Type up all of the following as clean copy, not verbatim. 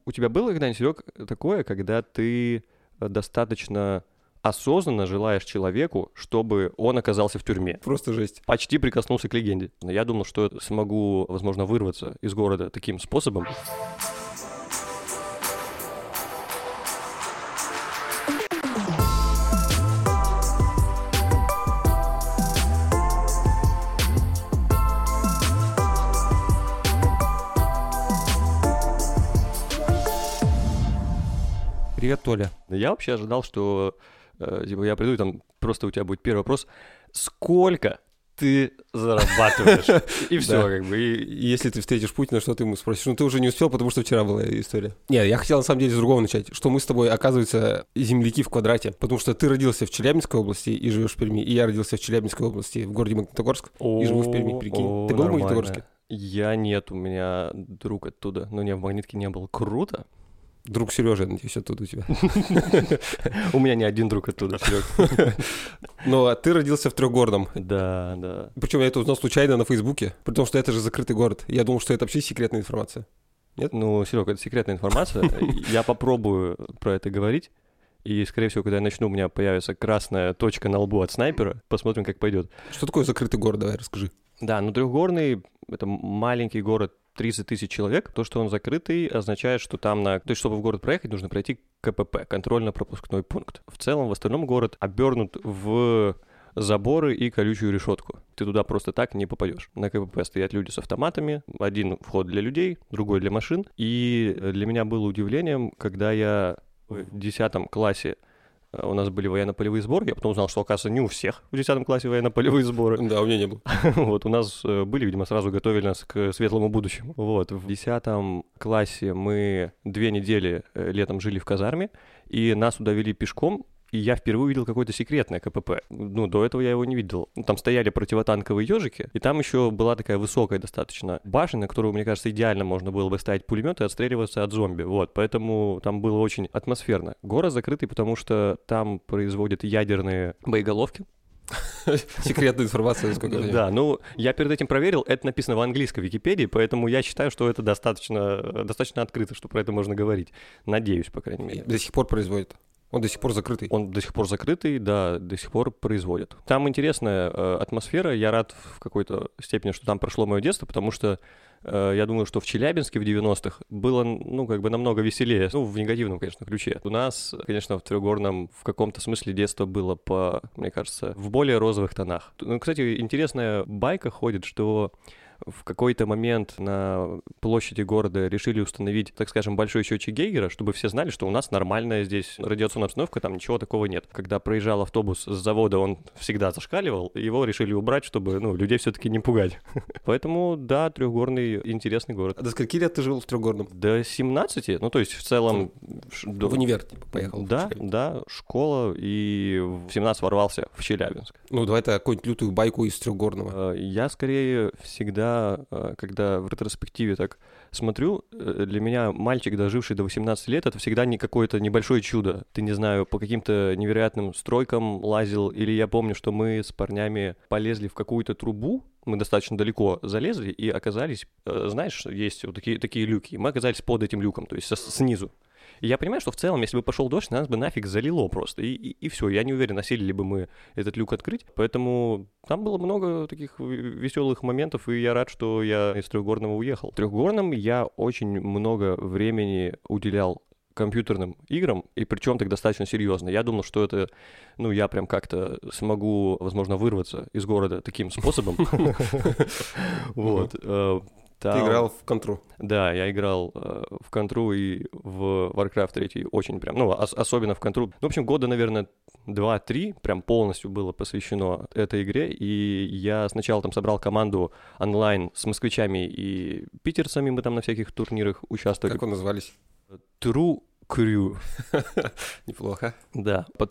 У тебя было когда-нибудь, Серег, такое, когда ты достаточно осознанно желаешь человеку, чтобы он оказался в тюрьме? Просто жесть. Почти прикоснулся к легенде. Но я думал, что смогу, возможно, вырваться из города таким способом. Привет, Толя. Я вообще ожидал, что я приду, и там просто у тебя будет первый вопрос. Сколько ты зарабатываешь? И все, Да. как бы. И если ты встретишь Путина, что ты ему спросишь? Ну, ты уже не успел, потому что вчера была история. Не, я хотел на самом деле с другого начать. Что мы с тобой, оказывается, земляки в квадрате. Потому что ты родился в Челябинской области и живешь в Перми. И я родился в Челябинской области, в городе Магнитогорск. И живу в Перми, прикинь. Ты был в Магнитогорске? Я нет, у меня друг оттуда. Но не, в Магнитке не был. Круто. Друг Сережа, надеюсь, оттуда у тебя. У меня не один друг оттуда, Серег. Но ты родился в Трехгорном. Да, да. Причем я это узнал случайно на Фейсбуке, при том, что это же закрытый город. Я думал, что это вообще секретная информация. Нет? Ну, Серег, это секретная информация. Я попробую про это говорить. И, скорее всего, когда я начну, у меня появится красная точка на лбу от снайпера. Посмотрим, как пойдет. Что такое закрытый город? Давай расскажи. Да, ну Трехгорный — это маленький город, 30 тысяч человек. То, что он закрытый, означает, что там То есть, чтобы в город проехать, нужно пройти КПП, контрольно-пропускной пункт. В целом, в остальном город обернут в заборы и колючую решетку. Ты туда просто так не попадешь. На КПП стоят люди с автоматами. Один вход для людей, другой для машин. И для меня было удивлением, когда я в 10 классе у нас были военно-полевые сборы. Я потом узнал, что, оказывается, не у всех в 10 классе военно-полевые сборы. Да, у меня не было. Вот, у нас были, видимо, сразу готовили нас к светлому будущему. Вот, в 10 классе мы 2 недели летом жили в казарме, и нас туда вели пешком, и я впервые увидел какое-то секретное КПП. Ну, до этого я его не видел. Там стояли противотанковые ежики, и там еще была такая высокая достаточно башня, на которую, мне кажется, идеально можно было бы ставить пулемет и отстреливаться от зомби. Вот, поэтому там было очень атмосферно. Город закрытый, потому что там производят ядерные боеголовки. Секретная информация, насколько я понимаю. Да, ну, я перед этим проверил, это написано в английской Википедии, поэтому я считаю, что это достаточно открыто, что про это можно говорить. Надеюсь, по крайней мере. До сих пор производит. Он до сих пор закрытый. Он до сих пор закрытый, да, до сих пор производит. Там интересная атмосфера, я рад в какой-то степени, что там прошло мое детство, потому что я думаю, что в Челябинске в 90-х было, ну, как бы намного веселее, ну, в негативном, конечно, ключе. У нас, конечно, в Трехгорном в каком-то смысле детство было мне кажется, в более розовых тонах. Ну, кстати, интересная байка ходит, что в какой-то момент на площади города решили установить, так скажем, большой счетчик Гейгера, чтобы все знали, что у нас нормальная здесь радиационная обстановка, там ничего такого нет. Когда проезжал автобус с завода, он всегда зашкаливал, его решили убрать, чтобы, людей все-таки не пугать. Поэтому, да, Трехгорный интересный город. А до скольки лет ты жил в Трехгорном? До 17, ну то есть в целом... В универ типа, поехал? Да, школа, и в 17 ворвался в Челябинск. Ну, давай какую-нибудь лютую байку из Трехгорного. Я скорее всегда, когда в ретроспективе так смотрю, для меня мальчик, доживший до 18 лет, это всегда не какое-то небольшое чудо. Ты, не знаю, по каким-то невероятным стройкам лазил, или я помню, что мы с парнями полезли в какую-то трубу, мы достаточно далеко залезли и оказались, знаешь, есть вот такие люки, мы оказались под этим люком, то есть снизу. И я понимаю, что в целом, если бы пошел дождь, нас бы нафиг залило просто. И все, я не уверен, осилили бы мы этот люк открыть. Поэтому там было много таких веселых моментов, и я рад, что я из Трехгорного уехал. В Трехгорном я очень много времени уделял компьютерным играм, и причем так достаточно серьезно. Я думал, что это, я прям как-то смогу, возможно, вырваться из города таким способом. Вот. Ты играл в контру? Да, я играл в контру и в Warcraft 3 очень прям, особенно в контру. В общем, года, наверное, 2-3 прям полностью было посвящено этой игре, и я сначала там собрал команду онлайн с москвичами и питерцами, мы там на всяких турнирах участвовали. Как вы назывались? True Crew. Неплохо. Да. Потом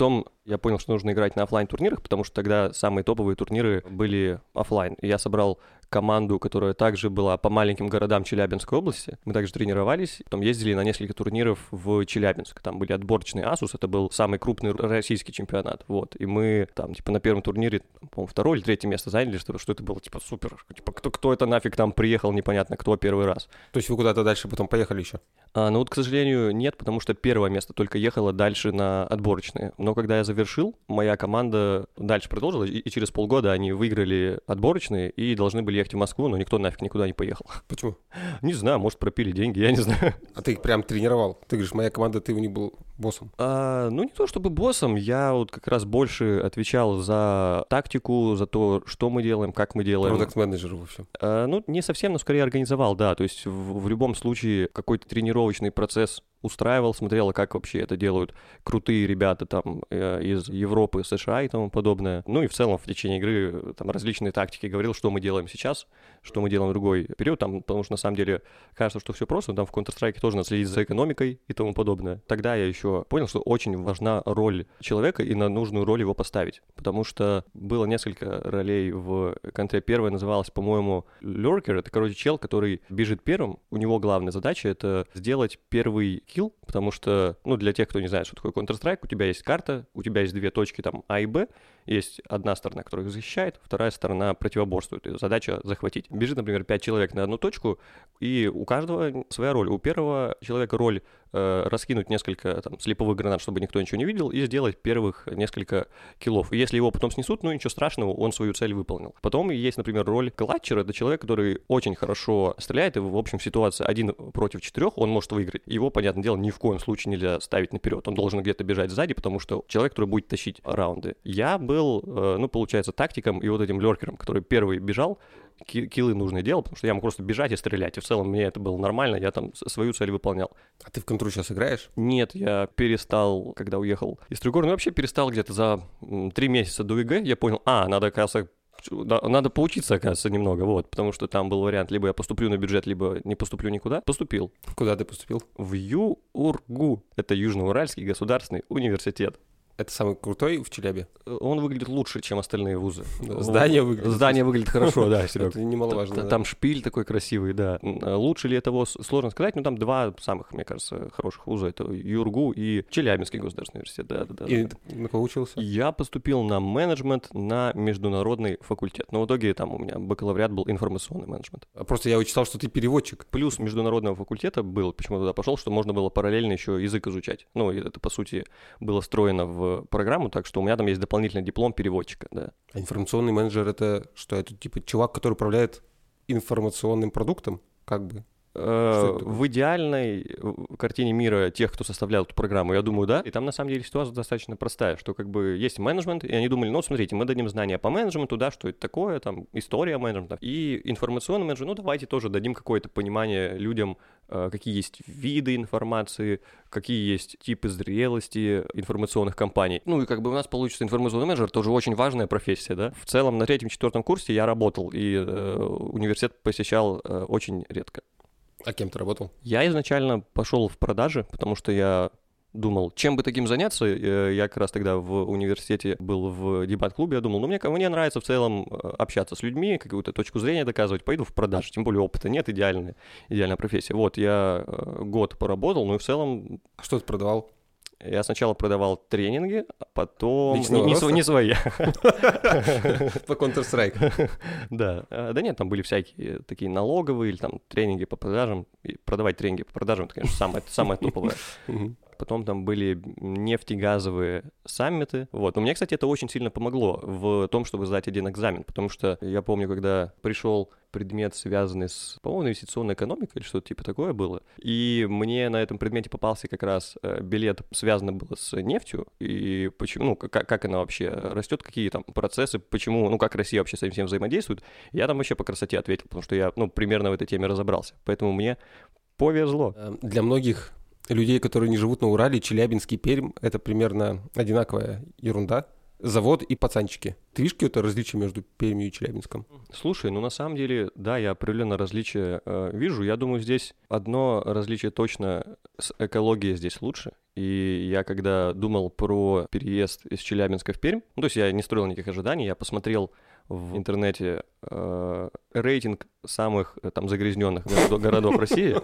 Я понял, что нужно играть на оффлайн-турнирах, потому что тогда самые топовые турниры были оффлайн. И я собрал команду, которая также была по маленьким городам Челябинской области. Мы также тренировались, потом ездили на несколько турниров в Челябинск. Там были отборочные Asus, это был самый крупный российский чемпионат. Вот. И мы там, типа, на первом турнире, по-моему, 2-е или 3-е место заняли, что это было, типа, супер. Типа, кто это нафиг там приехал, непонятно кто первый раз. То есть вы куда-то дальше потом поехали еще? Ну вот, к сожалению, нет, потому что первое место только ехало дальше на отборочные. Но когда я завершил, моя команда дальше продолжила, и через полгода они выиграли отборочные и должны были ехать в Москву, но никто нафиг никуда не поехал. Почему? Не знаю, может, пропили деньги, я не знаю. А ты их прям тренировал? Ты говоришь, моя команда, ты у них был боссом? Ну, не то чтобы боссом, я вот как раз больше отвечал за тактику, за то, что мы делаем, как мы делаем. Продакт-менеджер во всем. Ну, не совсем, но скорее организовал, да. То есть в любом случае какой-то тренировочный процесс устраивал, смотрел, как вообще это делают крутые ребята там из Европы, США и тому подобное. Ну и в целом в течение игры там различные тактики говорил, что мы делаем сейчас, что мы делаем в другой период, там, потому что на самом деле кажется, что все просто, там в Counter-Strike тоже надо следить за экономикой и тому подобное. Тогда я еще понял, что очень важна роль человека и на нужную роль его поставить, потому что было несколько ролей в контре. Первая называлась, по-моему, Lurker, это, короче, чел, который бежит первым, у него главная задача — это сделать первый килл, потому что, ну, для тех, кто не знает, что такое Counter-Strike, у тебя есть карта, у тебя есть две точки, там, А и Б, есть одна сторона, которая их защищает, вторая сторона противоборствует, и задача захватить. Бежит, например, 5 человек на одну точку, и у каждого своя роль. У первого человека роль раскинуть несколько там слеповых гранат, чтобы никто ничего не видел, и сделать первых несколько киллов. И если его потом снесут, ну ничего страшного, он свою цель выполнил. Потом есть, например, роль клатчера, это человек, который очень хорошо стреляет, и в общем ситуация 1 против 4, он может выиграть. Его, понятное дело, ни в коем случае нельзя ставить наперед, он должен где-то бежать сзади, потому что человек, который будет тащить раунды. Я был, ну, получается, тактиком и вот этим лёркером, который первый бежал, киллы нужно делал, потому что я мог просто бежать и стрелять, и в целом мне это было нормально, я там свою цель выполнял. А ты в контру сейчас играешь? Нет, я перестал, когда уехал из Тригорна, вообще перестал где-то за 3 месяца до ЕГЭ, я понял, надо, оказывается, надо поучиться, оказывается, немного, вот, потому что там был вариант, либо я поступлю на бюджет, либо не поступлю никуда. Поступил. Куда ты поступил? В ЮУРГУ, это Южноуральский государственный университет. Это самый крутой в Челябе? Он выглядит лучше, чем остальные вузы. Здание выглядит? Здание выглядит хорошо, да, Серег. Это немаловажно. Там шпиль такой красивый, да. Лучше ли этого сложно сказать, но там 2 самых, мне кажется, хороших вуза. Это ЮРГУ и Челябинский государственный университет, да. И на кого учился? Я поступил на менеджмент на международный факультет. Но в итоге там у меня бакалавриат был информационный менеджмент. Просто я вычитал, что ты переводчик. Плюс международного факультета был, почему туда пошел, что можно было параллельно еще язык изучать. Ну, и это, по сути, было встроено в программу, так что у меня там есть дополнительный диплом переводчика, да. А информационный менеджер — это что? Это типа чувак, который управляет информационным продуктом, как бы? В идеальной картине мира тех, кто составлял эту программу, я думаю, да. И там на самом деле ситуация достаточно простая, что как бы есть менеджмент, и они думали, ну, смотрите, мы дадим знания по менеджменту, да, что это такое, там, история менеджмента. И информационный менеджмент, ну, давайте тоже дадим какое-то понимание людям, какие есть виды информации, какие есть типы зрелости информационных компаний. Ну, и как бы у нас получится информационный менеджер, тоже очень важная профессия, да. В целом на 3-4 курсе я работал, и университет посещал очень редко. А кем ты работал? Я изначально пошел в продажи, потому что я думал, чем бы таким заняться. Я как раз тогда в университете был в дебат-клубе, я думал, ну мне нравится в целом общаться с людьми, какую-то точку зрения доказывать, пойду в продажи, тем более опыта нет, идеальная профессия. Вот, я год поработал, ну и в целом... А что ты продавал? Я сначала продавал тренинги, а потом... Не свои. По Counter-Strike. Да. Да нет, там были всякие такие налоговые или там тренинги по продажам. И продавать тренинги по продажам — это, конечно, самое топовое. Потом там были нефтегазовые саммиты. Вот. Но мне, кстати, это очень сильно помогло в том, чтобы сдать один экзамен, потому что я помню, когда пришел предмет, связанный с, по-моему, инвестиционной экономикой или что-то типа такое было, и мне на этом предмете попался как раз билет, связано было с нефтью, и почему, ну, как она вообще растет, какие там процессы, почему, ну, как Россия вообще с этим всем взаимодействует. Я там вообще по красоте ответил, потому что я, ну, примерно в этой теме разобрался. Поэтому мне повезло. Для многих людей, которые не живут на Урале, Челябинск и Пермь — это примерно одинаковая ерунда. завод и пацанчики. Ты видишь какое-то различие между Пермью и Челябинском? Слушай, ну на самом деле, да, я определенно различия вижу. Я думаю, здесь одно различие точно, экология здесь лучше. И я когда думал про переезд из Челябинска в Пермь, ну, то есть я не строил никаких ожиданий, я посмотрел в интернете рейтинг самых там загрязненных городов России.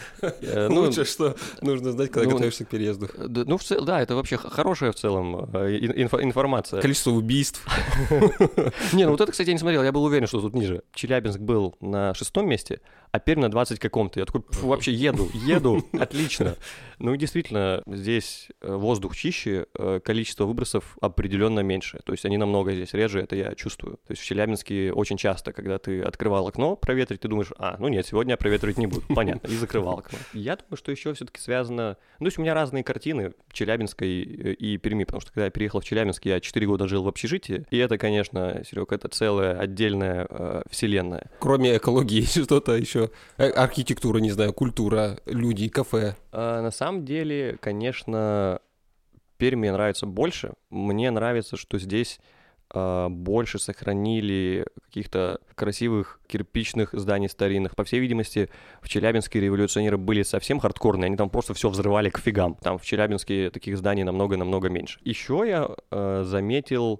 Лучше, что нужно знать, когда готовишься к переезду. Ну, да, это вообще хорошая в целом информация. Количество убийств. Не, ну вот это, кстати, я не смотрел, я был уверен, что тут ниже. Челябинск был на 6-м месте, а Пермь на 20 каком-то. Я такой, вообще еду, отлично. Ну и действительно, здесь воздух чище, количество выбросов определенно меньше. То есть они намного здесь реже, это я чувствую. То есть в Челябинске очень часто, когда ты открывал окно проветрить, ты думаешь, ну нет, сегодня я проветривать не буду. Понятно, и закрывал окно. Я думаю, что еще все-таки связано... Ну, то есть у меня разные картины Челябинской и Перми, потому что когда я переехал в Челябинск, я 4 года жил в общежитии, и это, конечно, Серег, это целая отдельная вселенная. Кроме экологии, что-то еще? Архитектура, не знаю, культура, люди, кафе. На самом деле, конечно, Пермь мне нравится больше. Мне нравится, что здесь больше сохранили каких-то красивых кирпичных зданий старинных. По всей видимости, в Челябинске революционеры были совсем хардкорные, они там просто все взрывали к фигам. Там в Челябинске таких зданий намного-намного меньше. Еще я заметил,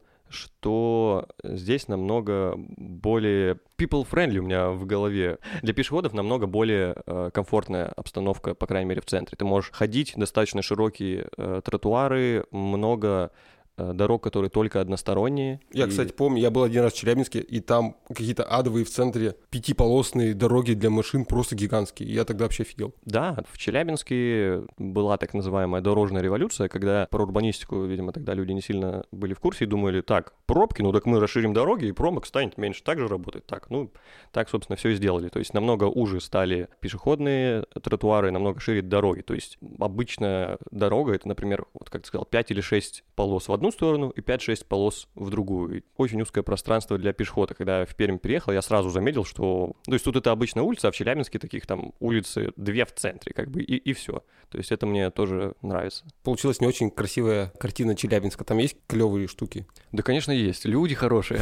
что здесь намного более people-friendly у меня в голове. Для пешеходов намного более комфортная обстановка, по крайней мере, в центре. Ты можешь ходить, достаточно широкие тротуары, много дорог, которые только односторонние. Я, кстати, помню, я был один раз в Челябинске, и там какие-то адовые в центре пятиполосные дороги для машин просто гигантские. Я тогда вообще офигел. Да, в Челябинске была так называемая дорожная революция, когда про урбанистику, видимо, тогда люди не сильно были в курсе и думали, так, пробки, ну так мы расширим дороги, и промок станет меньше. Так же работает. Так, собственно, все и сделали. То есть намного уже стали пешеходные тротуары, намного шире дороги. То есть обычная дорога, это, например, вот как ты сказал, 5 или 6 полос в одну сторону и 5-6 полос в другую. И очень узкое пространство для пешехода. Когда я в Пермь приехал, я сразу заметил, что... То есть тут это обычная улица, а в Челябинске таких там улицы 2 в центре, как бы, и все. То есть это мне тоже нравится. Получилась не очень красивая картина Челябинска. Там есть клевые штуки? Да, конечно, есть. Люди хорошие.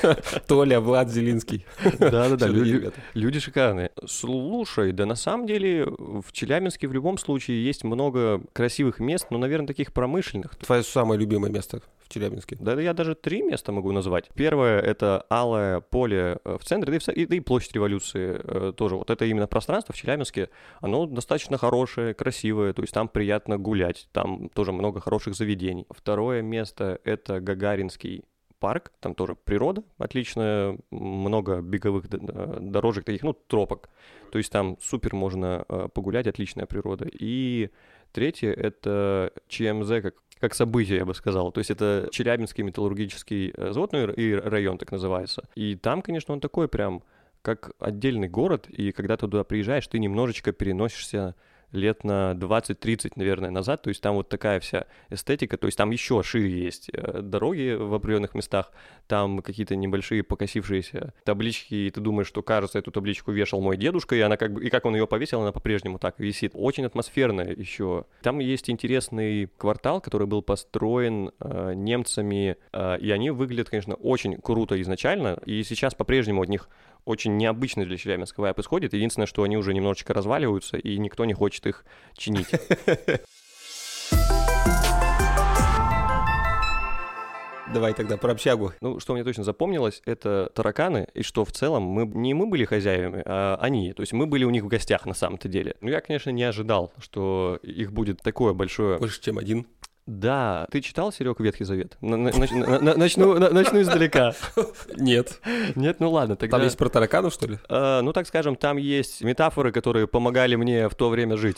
Толя, Влад Зелинский. Да-да-да, люди шикарные. Слушай, да на самом деле в Челябинске в любом случае есть много красивых мест, но, наверное, таких промышленных. Твое самое любимое место в Челябинске? Да, я даже 3 места могу назвать. Первое — это Алое поле в центре, да и площадь Революции тоже. Вот это именно пространство в Челябинске, оно достаточно хорошее, красивое, то есть там приятно гулять, там тоже много хороших заведений. Второе место — это Гагаринский парк, там тоже природа отличная, много беговых дорожек таких, тропок. То есть там супер можно погулять, отличная природа. И третье — это ЧМЗ, как событие, я бы сказал. То есть это Челябинский металлургический завод, и район так называется. И там, конечно, он такой прям как отдельный город, и когда ты туда приезжаешь, ты немножечко переносишься лет на 20-30, наверное, назад, то есть там вот такая вся эстетика, то есть там еще шире есть дороги в определенных местах, там какие-то небольшие покосившиеся таблички, и ты думаешь, что, кажется, эту табличку вешал мой дедушка, и она и как он ее повесил, она по-прежнему так висит. Очень атмосферная еще. Там есть интересный квартал, который был построен немцами, и они выглядят, конечно, очень круто изначально, и сейчас по-прежнему от них очень необычный для Челябинска вайб исходит. Единственное, что они уже немножечко разваливаются, и никто не хочет их чинить. Давай тогда про общагу. Что мне точно запомнилось, это тараканы, и что в целом не мы были хозяевами, а они. То есть мы были у них в гостях на самом-то деле. Я, конечно, не ожидал, что их будет такое большое... Больше, чем один. Да. Ты читал, Серег, Ветхий Завет? Начну издалека. Нет. Нет, ну ладно, тогда... Там есть про тараканов, что ли? Так скажем, там есть метафоры, которые помогали мне в то время жить.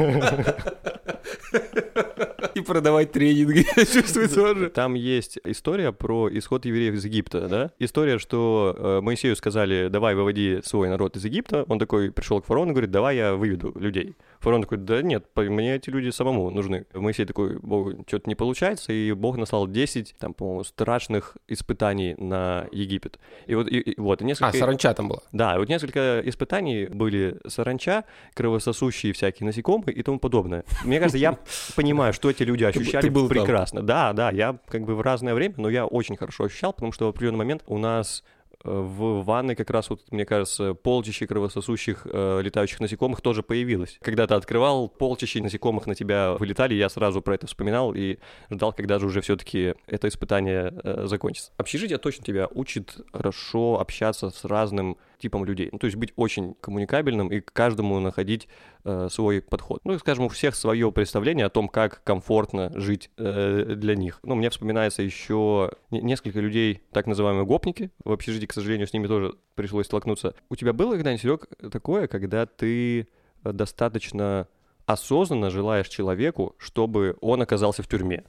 И продавать тренинги, чувствуется тоже. Там есть история про исход евреев из Египта, да? История, что Моисею сказали, давай выводи свой народ из Египта. Он такой пришел к фараону и говорит, давай я выведу людей. Фараон такой, да нет, мне эти люди самому нужны. Моисей такой, Бог, что-то не получается, и Бог наслал 10, там, по-моему, страшных испытаний на Египет. И несколько... саранча там была. Да, и вот несколько испытаний были саранча, кровососущие всякие насекомые и тому подобное. Мне кажется, я понимаю, что эти люди люди ощущали ты был прекрасно. Да, я как бы в разное время, но я очень хорошо ощущал, потому что в определенный момент у нас в ванной как раз, вот, мне кажется, полчища кровососущих летающих насекомых тоже появилось. Когда ты открывал, полчища насекомых на тебя вылетали, я сразу про это вспоминал и ждал, когда же уже все-таки это испытание закончится. Общежитие точно тебя учит хорошо общаться с разным типом людей. Ну, то есть быть очень коммуникабельным и к каждому находить свой подход. Ну, и, скажем, у всех свое представление о том, как комфортно жить для них. Ну, мне вспоминается еще несколько людей, так называемые гопники. В общежитии, к сожалению, с ними тоже пришлось столкнуться. У тебя было когда-нибудь, Серег, такое, когда ты достаточно осознанно желаешь человеку, чтобы он оказался в тюрьме?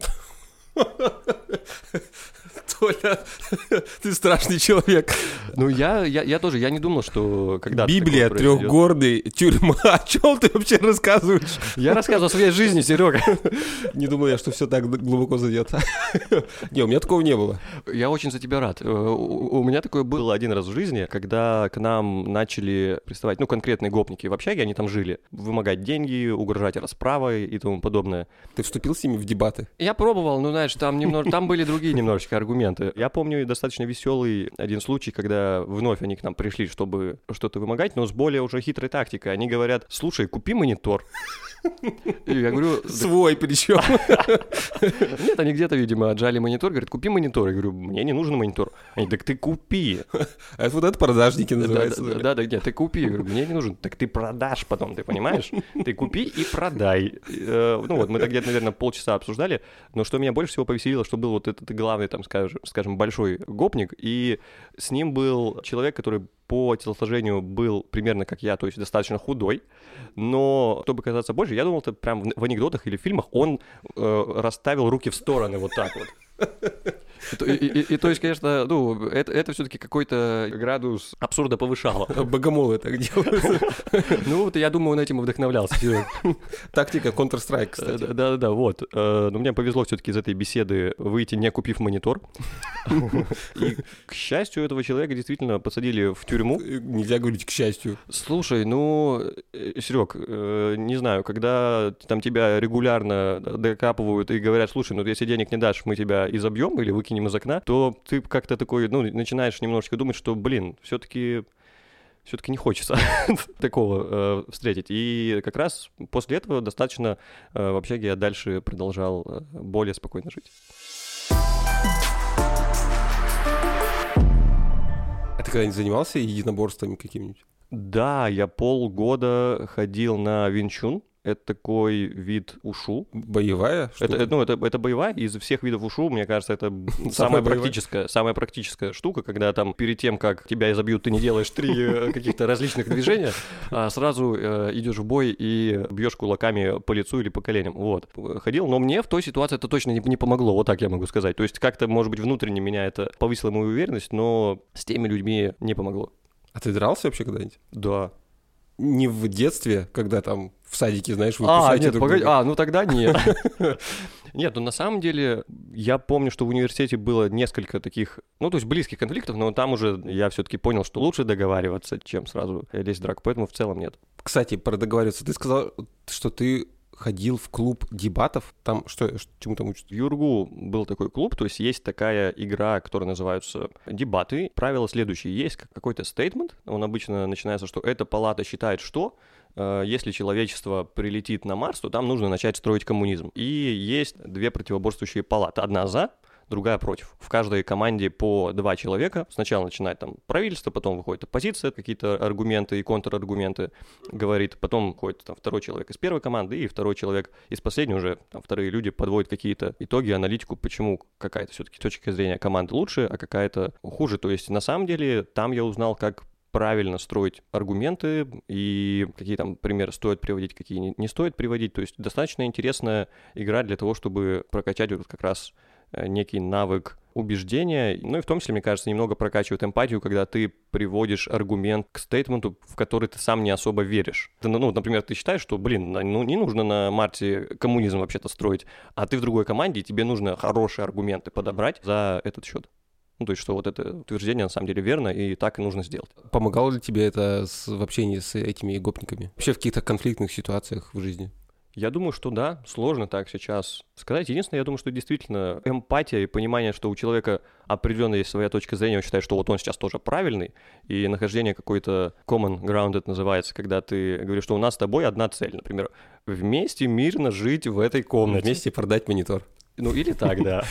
Толя, ты страшный человек. Ну, я тоже, я не думал, что когда-то Библия, трехгорный, тюрьма. О чем ты вообще рассказываешь? Я рассказываю о своей жизни, Серега. Не думал я, что все так глубоко зайдет. Не, у меня такого не было. Я очень за тебя рад. У меня такое было один раз в жизни, когда к нам начали приставать, ну, конкретные гопники в общаге, они там жили, вымогать деньги, угрожать расправой и тому подобное. Ты вступил с ними в дебаты? Я пробовал, но, знаешь, там были другие немножечко аргументы. Я помню достаточно веселый один случай, когда вновь они к нам пришли, чтобы что-то вымогать, но с более уже хитрой тактикой. Они говорят: слушай, купи монитор. И я говорю... Свой причем. Нет, они где-то, видимо, отжали монитор, говорят: купи монитор. Я говорю: мне не нужен монитор. Они: так ты купи. А вот это продажники называется. Да, нет, ты купи. Я говорю: мне не нужен. Так ты продашь потом, ты понимаешь? Ты купи и продай. Ну вот, мы так где-то, наверное, полчаса обсуждали, но что меня больше всего повеселило, что был вот этот главный, там, скажем, большой гопник, и с ним был человек, который по телосложению был примерно как я, то есть достаточно худой, но чтобы казаться больше, я думал, это прям в анекдотах или в фильмах он расставил руки в стороны вот так вот. И то есть, конечно, ну, это все-таки какой-то градус абсурда повышало. Богомолы так делают. Ну, вот я думаю, он этим и вдохновлялся. Тактика Counter-Strike, кстати. Да, вот. Но мне повезло все-таки из этой беседы выйти, не купив монитор. И, к счастью, этого человека действительно посадили в тюрьму. Нельзя говорить «к счастью». Слушай, ну, Серег, не знаю, когда там тебя регулярно докапывают и говорят: слушай, ну, если денег не дашь, мы тебя изобьем или выкинем из окна, то ты как-то такой, ну, начинаешь немножечко думать, что, блин, все-таки не хочется такого встретить. И как раз после этого достаточно в общаге я дальше продолжал более спокойно жить. А ты когда-нибудь занимался единоборствами какими-нибудь? Да, я полгода ходил на Вин Чун. Это такой вид ушу. Боевая? Это боевая. Из всех видов ушу, мне кажется, это самая практическая штука, когда там перед тем, как тебя изобьют, ты не делаешь 3 каких-то различных движения, а сразу идешь в бой и бьешь кулаками по лицу или по коленям. Вот. Ходил, но мне в той ситуации это точно не помогло, вот так я могу сказать. То есть как-то, может быть, внутренне меня это повысило мою уверенность, но с теми людьми не помогло. А ты дрался вообще когда-нибудь? Да. Не в детстве, когда там в садике, знаешь, вы кусаете друг друга? Ну тогда нет. Нет, ну на самом деле я помню, что в университете было несколько таких, ну то есть близких конфликтов, но там уже я все-таки понял, что лучше договариваться, чем сразу лезть в драку, поэтому в целом нет. Кстати, про договариваться, ты сказал, что ты ходил в клуб дебатов, там чему там учат? В Юргу был такой клуб, то есть есть такая игра, которая называется дебаты. Правило следующее: есть какой-то стейтмент, он обычно начинается, что эта палата считает, что если человечество прилетит на Марс, то там нужно начать строить коммунизм. И есть 2 противоборствующие палаты, одна за, другая против. В каждой команде по 2 человека. Сначала начинает там правительство, потом выходит оппозиция, какие-то аргументы и контраргументы говорит, потом выходит там второй человек из первой команды и второй человек из последней, уже там вторые люди подводят какие-то итоги, аналитику, почему какая-то все-таки точка зрения команды лучше, а какая-то хуже. То есть на самом деле там я узнал, как правильно строить аргументы и какие там примеры стоит приводить, какие не стоит приводить. То есть достаточно интересная игра для того, чтобы прокачать вот как раз некий навык убеждения, ну и в том числе, мне кажется, немного прокачивает эмпатию, когда ты приводишь аргумент к стейтменту, в который ты сам не особо веришь. Ну, например, ты считаешь, что, ну не нужно на Марсе коммунизм вообще-то строить, а ты в другой команде, и тебе нужно хорошие аргументы подобрать за этот счет. Ну, то есть, что вот это утверждение на самом деле верно, и так и нужно сделать. Помогало ли тебе это в общении с этими гопниками? Вообще в каких-то конфликтных ситуациях в жизни? Я думаю, что да, сложно так сейчас сказать. Единственное, я думаю, что действительно эмпатия и понимание, что у человека определенно есть своя точка зрения, он считает, что вот он сейчас тоже правильный, и нахождение какой-то common ground это называется, когда ты говоришь, что у нас с тобой одна цель, например, вместе мирно жить в этой комнате. Вместе продать монитор. Ну, или так, да.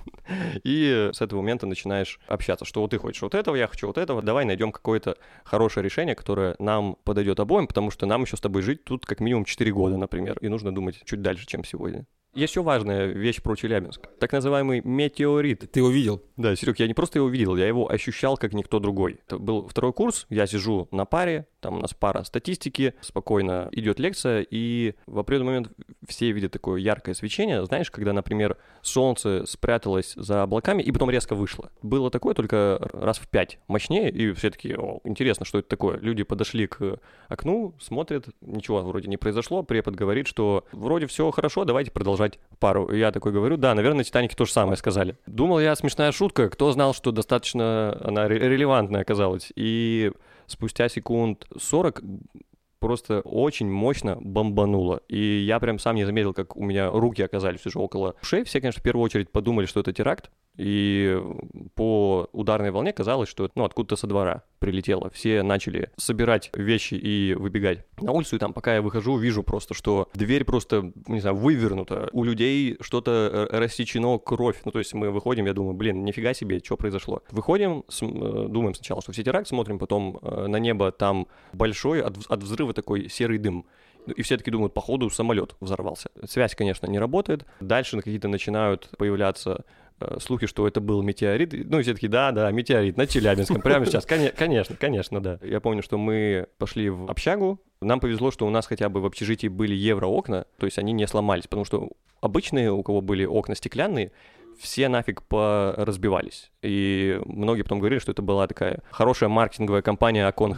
И с этого момента начинаешь общаться, что вот ты хочешь вот этого, я хочу вот этого, давай найдем какое-то хорошее решение, которое нам подойдет обоим, потому что нам еще с тобой жить тут как минимум 4 года, например, и нужно думать чуть дальше, чем сегодня. Есть еще важная вещь про Челябинск. Так называемый метеорит. Ты его видел? Да, Серег, я не просто его видел, я его ощущал как никто другой. Это был второй курс, я сижу на паре, там у нас пара статистики, спокойно идет лекция, и в определенный момент все видят такое яркое свечение. Знаешь, когда, например, солнце спряталось за облаками и потом резко вышло. Было такое только раз в 5 мощнее, и все такие, о, интересно, что это такое. Люди подошли к окну, смотрят, ничего вроде не произошло, препод говорит, что вроде все хорошо, давайте продолжать пару. И я такой говорю, да, наверное, Титанике то же самое сказали. Думал я, смешная шутка, кто знал, что достаточно она релевантная оказалась. И спустя секунд 40 просто очень мощно бомбануло. И я прям сам не заметил, как у меня руки оказались уже около ушей. Все, конечно, в первую очередь подумали, что это теракт. И по ударной волне казалось, что это, откуда-то со двора прилетело. Все начали собирать вещи и выбегать на улицу. И там, пока я выхожу, вижу просто, что дверь просто, не знаю, вывернута. У людей что-то рассечено, кровь. Ну, то есть мы выходим, я думаю, блин, нифига себе, что произошло. Выходим, думаем сначала, что все теракт, смотрим потом на небо, там большой от взрыва такой серый дым. И все таки думают, походу самолет взорвался. Связь, конечно, не работает. Дальше какие-то начинают появляться слухи, что это был метеорит. Ну, и все таки да, метеорит на Челябинском. Прямо сейчас. Конечно, да. Я помню, что мы пошли в общагу. Нам повезло, что у нас хотя бы в общежитии были евроокна, то есть они не сломались, потому что обычные, у кого были окна стеклянные, все нафиг поразбивались. И многие потом говорили, что это была такая хорошая маркетинговая кампания оконных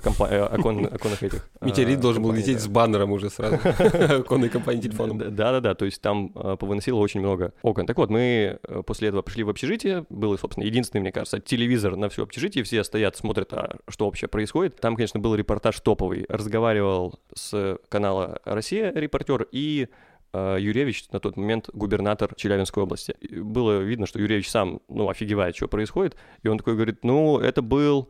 этих. Метеорит должен был лететь с баннером уже сразу. Оконной компании телефоном. Да, то есть там повыносило очень много окон. Так вот, мы после этого пришли в общежитие. Был, собственно, единственный, мне кажется, телевизор на все общежитие. Все стоят, смотрят, что вообще происходит. Там, конечно, был репортаж топовый. Разговаривал с канала «Россия» репортер и Юревич, на тот момент губернатор Челябинской области. И было видно, что Юревич сам, офигевает, что происходит. И он такой говорит, это был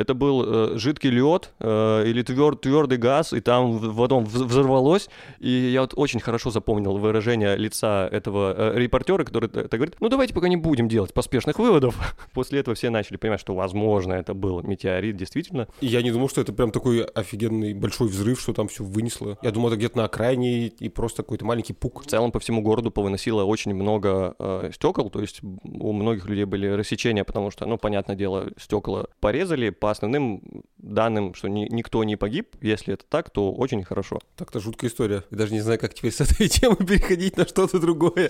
жидкий лед или твердый газ, и там потом взорвалось. И я вот очень хорошо запомнил выражение лица этого репортера, который так говорит, давайте пока не будем делать поспешных выводов. После этого все начали понимать, что, возможно, это был метеорит, действительно. И я не думал, что это прям такой офигенный большой взрыв, что там все вынесло. Я думал, это где-то на окраине и просто какой-то маленький пук. В целом по всему городу повыносило очень много стекол, то есть у многих людей были рассечения, потому что, понятное дело, стекла порезали. По основным данным, что никто не погиб, если это так, то очень хорошо. Так-то жуткая история. Я даже не знаю, как теперь с этой темы переходить на что-то другое.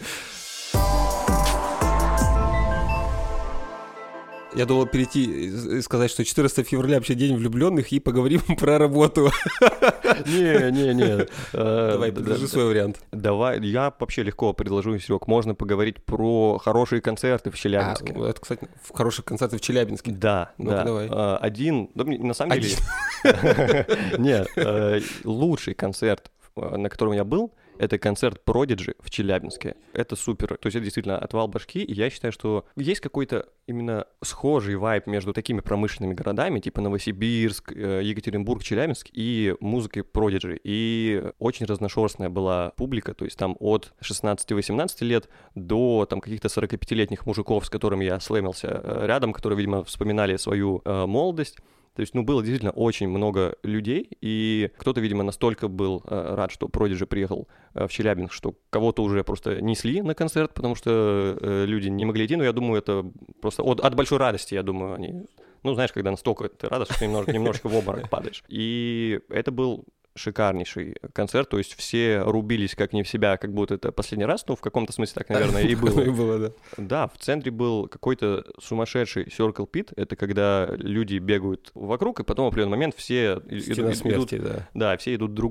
Я думал перейти и сказать, что 14 февраля вообще день влюбленных, и поговорим про работу. Не. Давай, предложи свой вариант. Давай, я вообще легко предложу, Серег, можно поговорить про хорошие концерты в Челябинске. Это, кстати, хорошие концерты в Челябинске. Да. Давай. Один, на самом деле... Нет, лучший концерт, на котором я был, это концерт Prodigy в Челябинске. Это супер. То есть это действительно отвал башки. И я считаю, что есть какой-то именно схожий вайб между такими промышленными городами, типа Новосибирск, Екатеринбург, Челябинск, и музыкой Prodigy. И очень разношерстная была публика. То есть там от 16-18 лет до там каких-то 45-летних мужиков, с которыми я слэмился рядом, которые, видимо, вспоминали свою молодость. То есть, было действительно очень много людей, и кто-то, видимо, настолько был рад, что Prodigy приехал в Челябинск, что кого-то уже просто несли на концерт, потому что люди не могли идти, но я думаю, это просто от большой радости, я думаю, они... знаешь, когда настолько ты рад, что ты немножечко в обморок падаешь. И это был шикарнейший концерт, то есть все рубились как не в себя, как будто это последний раз, в каком-то смысле так, наверное, и было. И было, да. Да, в центре был какой-то сумасшедший circle pit, это когда люди бегают вокруг, и потом в определенный момент все идут... Да, все идут друг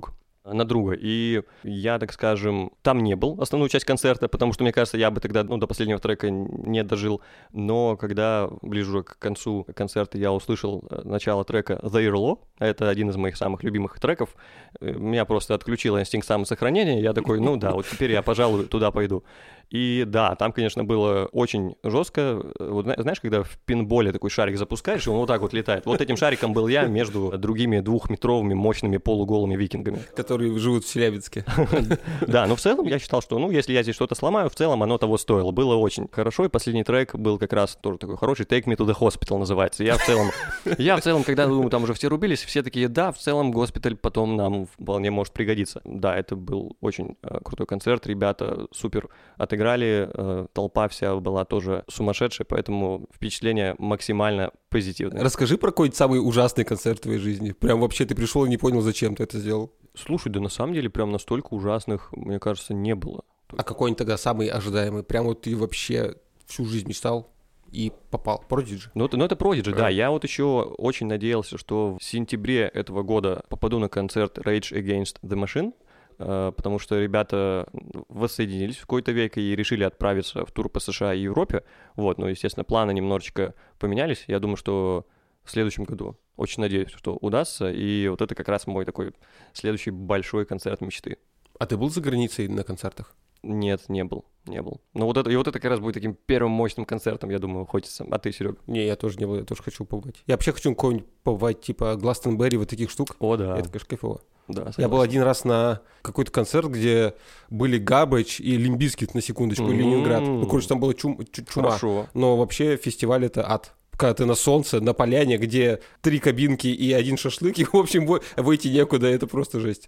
на друга. И я, так скажем, там не был основную часть концерта, потому что, мне кажется, я бы тогда до последнего трека не дожил. Но когда ближе уже к концу концерта я услышал начало трека The Irlo, это один из моих самых любимых треков, меня просто отключило инстинкт самосохранения, я такой, ну да, вот теперь я, пожалуй, туда пойду. И да, там, конечно, было очень жестко. Вот знаешь, когда в пинболе такой шарик запускаешь, и он вот так вот летает. Вот этим шариком был я между другими двухметровыми мощными полуголыми викингами. Которые живут в Челябинске. Да, но в целом я считал, что, если я здесь что-то сломаю, в целом оно того стоило. Было очень хорошо, и последний трек был как раз тоже такой хороший, Take Me to the Hospital называется. Я в целом, когда, думаю, там уже все рубились, все такие, да, в целом госпиталь потом нам вполне может пригодиться. Да, это был очень крутой концерт, ребята супер отыграли, толпа вся была тоже сумасшедшая, поэтому впечатление максимально позитивное. Расскажи про какой-нибудь самый ужасный концерт в твоей жизни. Прям вообще ты пришел и не понял, зачем ты это сделал. Слушай, да на самом деле прям настолько ужасных, мне кажется, не было. А какой-нибудь тогда самый ожидаемый? Прям вот ты вообще всю жизнь мечтал и попал? Prodigy? Ну это Prodigy, да. Я вот еще очень надеялся, что в сентябре этого года попаду на концерт Rage Against the Machine, потому что ребята воссоединились в какой-то век и решили отправиться в тур по США и Европе. Вот, но, естественно, планы немножечко поменялись. Я думаю, что в следующем году очень надеюсь, что удастся. И вот это как раз мой такой следующий большой концерт мечты. А ты был за границей на концертах? Нет, не был. Но вот это как раз будет таким первым мощным концертом, я думаю, хочется. А ты, Серега? Не, я тоже не был, я тоже хочу побывать. Я вообще хочу какой-нибудь побывать, типа Гластенберри, вот таких штук. О, да. Это, конечно, кайфово. Да, согласен. Я был один раз на какой-то концерт, где были Garbage и Limp Bizkit, на секундочку, и Ленинград. Ну, короче, там была чума. Хорошо. Но вообще фестиваль — это ад. Когда ты на солнце, на поляне, где 3 кабинки и 1 шашлык, и, в общем, выйти некуда, это просто жесть.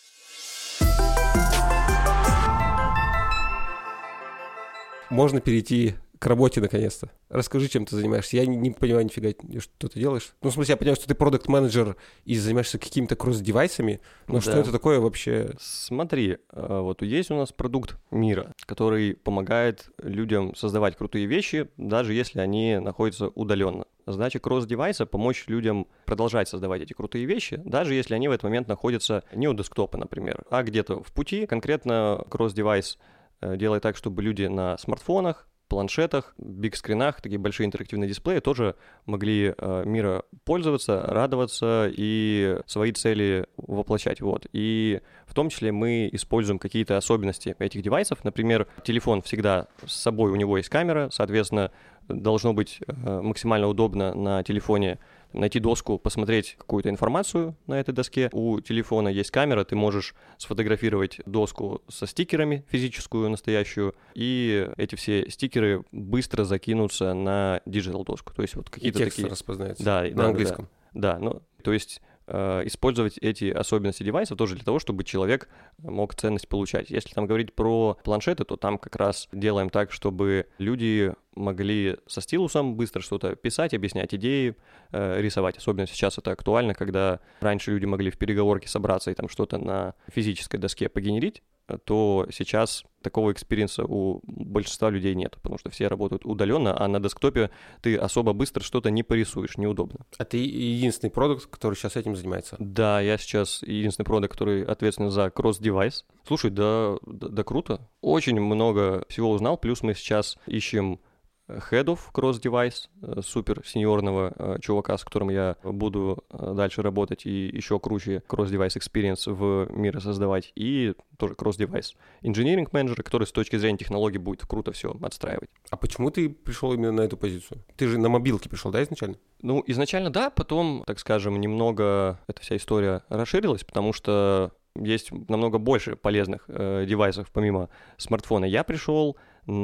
Можно перейти к работе наконец-то. Расскажи, чем ты занимаешься. Я не понимаю нифига, что ты делаешь. Ну, в смысле, я понимаю, что ты продакт-менеджер и занимаешься какими-то кросс-девайсами, но что это такое вообще? Смотри, вот есть у нас продукт Мира, который помогает людям создавать крутые вещи, даже если они находятся удаленно. Задача кросс-девайса — помочь людям продолжать создавать эти крутые вещи, даже если они в этот момент находятся не у десктопа, например, а где-то в пути. Конкретно кросс-девайс делает так, чтобы люди на смартфонах, планшетах, биг-скринах, такие большие интерактивные дисплеи тоже могли Мира пользоваться, радоваться и свои цели воплощать. Вот. И в том числе мы используем какие-то особенности этих девайсов. Например, телефон всегда с собой, у него есть камера, соответственно, должно быть максимально удобно на телефоне найти доску, посмотреть какую-то информацию на этой доске. У телефона есть камера, ты можешь сфотографировать доску со стикерами, физическую, настоящую, и эти все стикеры быстро закинутся на диджитал-доску. То есть вот какие-то и текст такие... распознается на английском. Да, ну, то есть использовать эти особенности девайса тоже для того, чтобы человек мог ценность получать. Если там говорить про планшеты, то там как раз делаем так, чтобы люди могли со стилусом быстро что-то писать, объяснять идеи, рисовать. Особенно сейчас это актуально, когда раньше люди могли в переговорке собраться и там что-то на физической доске погенерить, то сейчас такого экспириенса у большинства людей нет, потому что все работают удаленно, а на десктопе ты особо быстро что-то не порисуешь, неудобно. А ты единственный продукт, который сейчас этим занимается? Да, я сейчас единственный продукт, который ответственен за кросс-девайс. Слушай, да круто. Очень много всего узнал, плюс мы сейчас ищем Head of Cross Device, супер сеньорного чувака, с которым я буду дальше работать и еще круче Cross Device Experience в Мире создавать, и тоже Cross Device Engineering Manager, который с точки зрения технологий будет круто все отстраивать. А почему ты пришел именно на эту позицию? Ты же на мобилке пришел, да, изначально? Ну, изначально да, потом, так скажем, немного эта вся история расширилась, потому что есть намного больше полезных девайсов помимо смартфона. Я пришел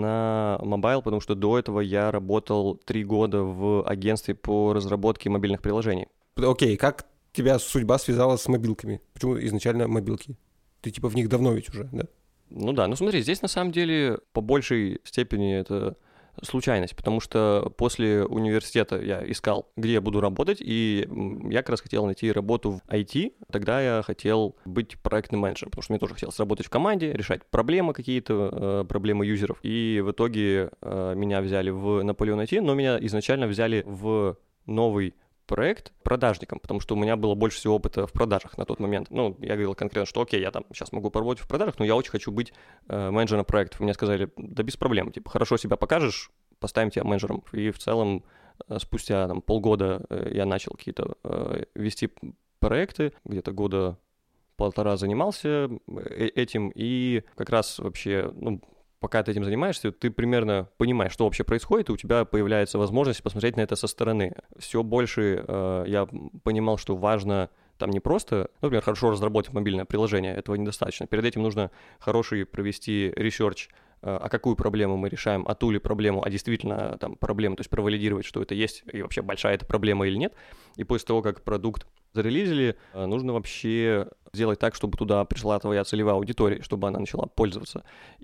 на мобайл, потому что до этого я работал 3 года в агентстве по разработке мобильных приложений. Окей, как тебя судьба связала с мобилками? Почему изначально мобилки? Ты типа в них давно ведь уже, да? Ну да, ну смотри, здесь на самом деле по большей степени это случайность, потому что после университета я искал, где я буду работать, и я как раз хотел найти работу в IT. Тогда я хотел быть проектным менеджером, потому что мне тоже хотелось работать в команде, решать проблемы какие-то, проблемы юзеров. И в итоге меня взяли в Napoleon IT, но меня изначально взяли в новый проект продажником, потому что у меня было больше всего опыта в продажах на тот момент. Ну, я говорил конкретно, что окей, я там сейчас могу поработать в продажах, но я очень хочу быть менеджером проектов. Мне сказали, да без проблем, типа, хорошо себя покажешь, поставим тебя менеджером. И в целом спустя там, полгода я начал какие-то вести проекты, где-то года полтора занимался этим, и как раз вообще, ну, пока ты этим занимаешься, ты примерно понимаешь, что вообще происходит, и у тебя появляется возможность посмотреть на это со стороны. Все больше я понимал, что важно там не просто, например, хорошо разработать мобильное приложение, этого недостаточно. Перед этим нужно хороший провести ресерч, а какую проблему мы решаем, а ту ли проблему, а действительно там проблему, то есть провалидировать, что это есть, и вообще большая эта проблема или нет. И после того, как продукт зарелизили, нужно вообще сделать так, чтобы туда пришла твоя целевая аудитория, чтобы она начала пользоваться.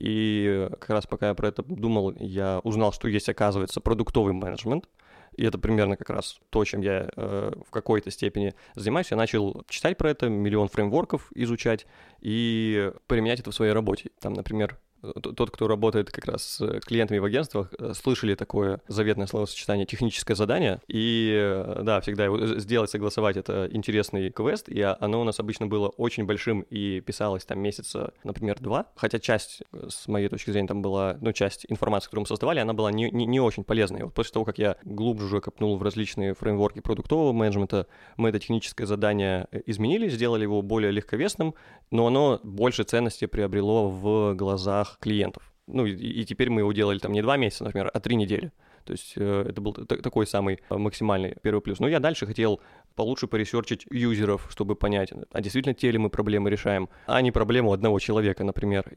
И как раз пока я про это думал, я узнал, что есть, оказывается, продуктовый менеджмент. И это примерно как раз то, чем я в какой-то степени занимаюсь. Я начал читать про это, миллион фреймворков изучать и применять это в своей работе. Там, например, тот, кто работает как раз с клиентами в агентствах, слышали такое заветное словосочетание «техническое задание». И да, всегда его сделать, согласовать — это интересный квест, и оно у нас обычно было очень большим и писалось там месяца, например, 2. Хотя часть, с моей точки зрения, там была, ну, часть информации, которую мы создавали, она была не очень полезной. И вот после того, как я глубже уже копнул в различные фреймворки продуктового менеджмента, мы это техническое задание изменили, сделали его более легковесным, но оно больше ценности приобрело в глазах клиентов. Ну и теперь мы его делали там не 2 месяца, например, а 3 недели. То есть это был такой самый максимальный первый плюс. Но я дальше хотел получше поресерчить юзеров, чтобы понять, а действительно те ли мы проблемы решаем, а не проблему одного человека, например.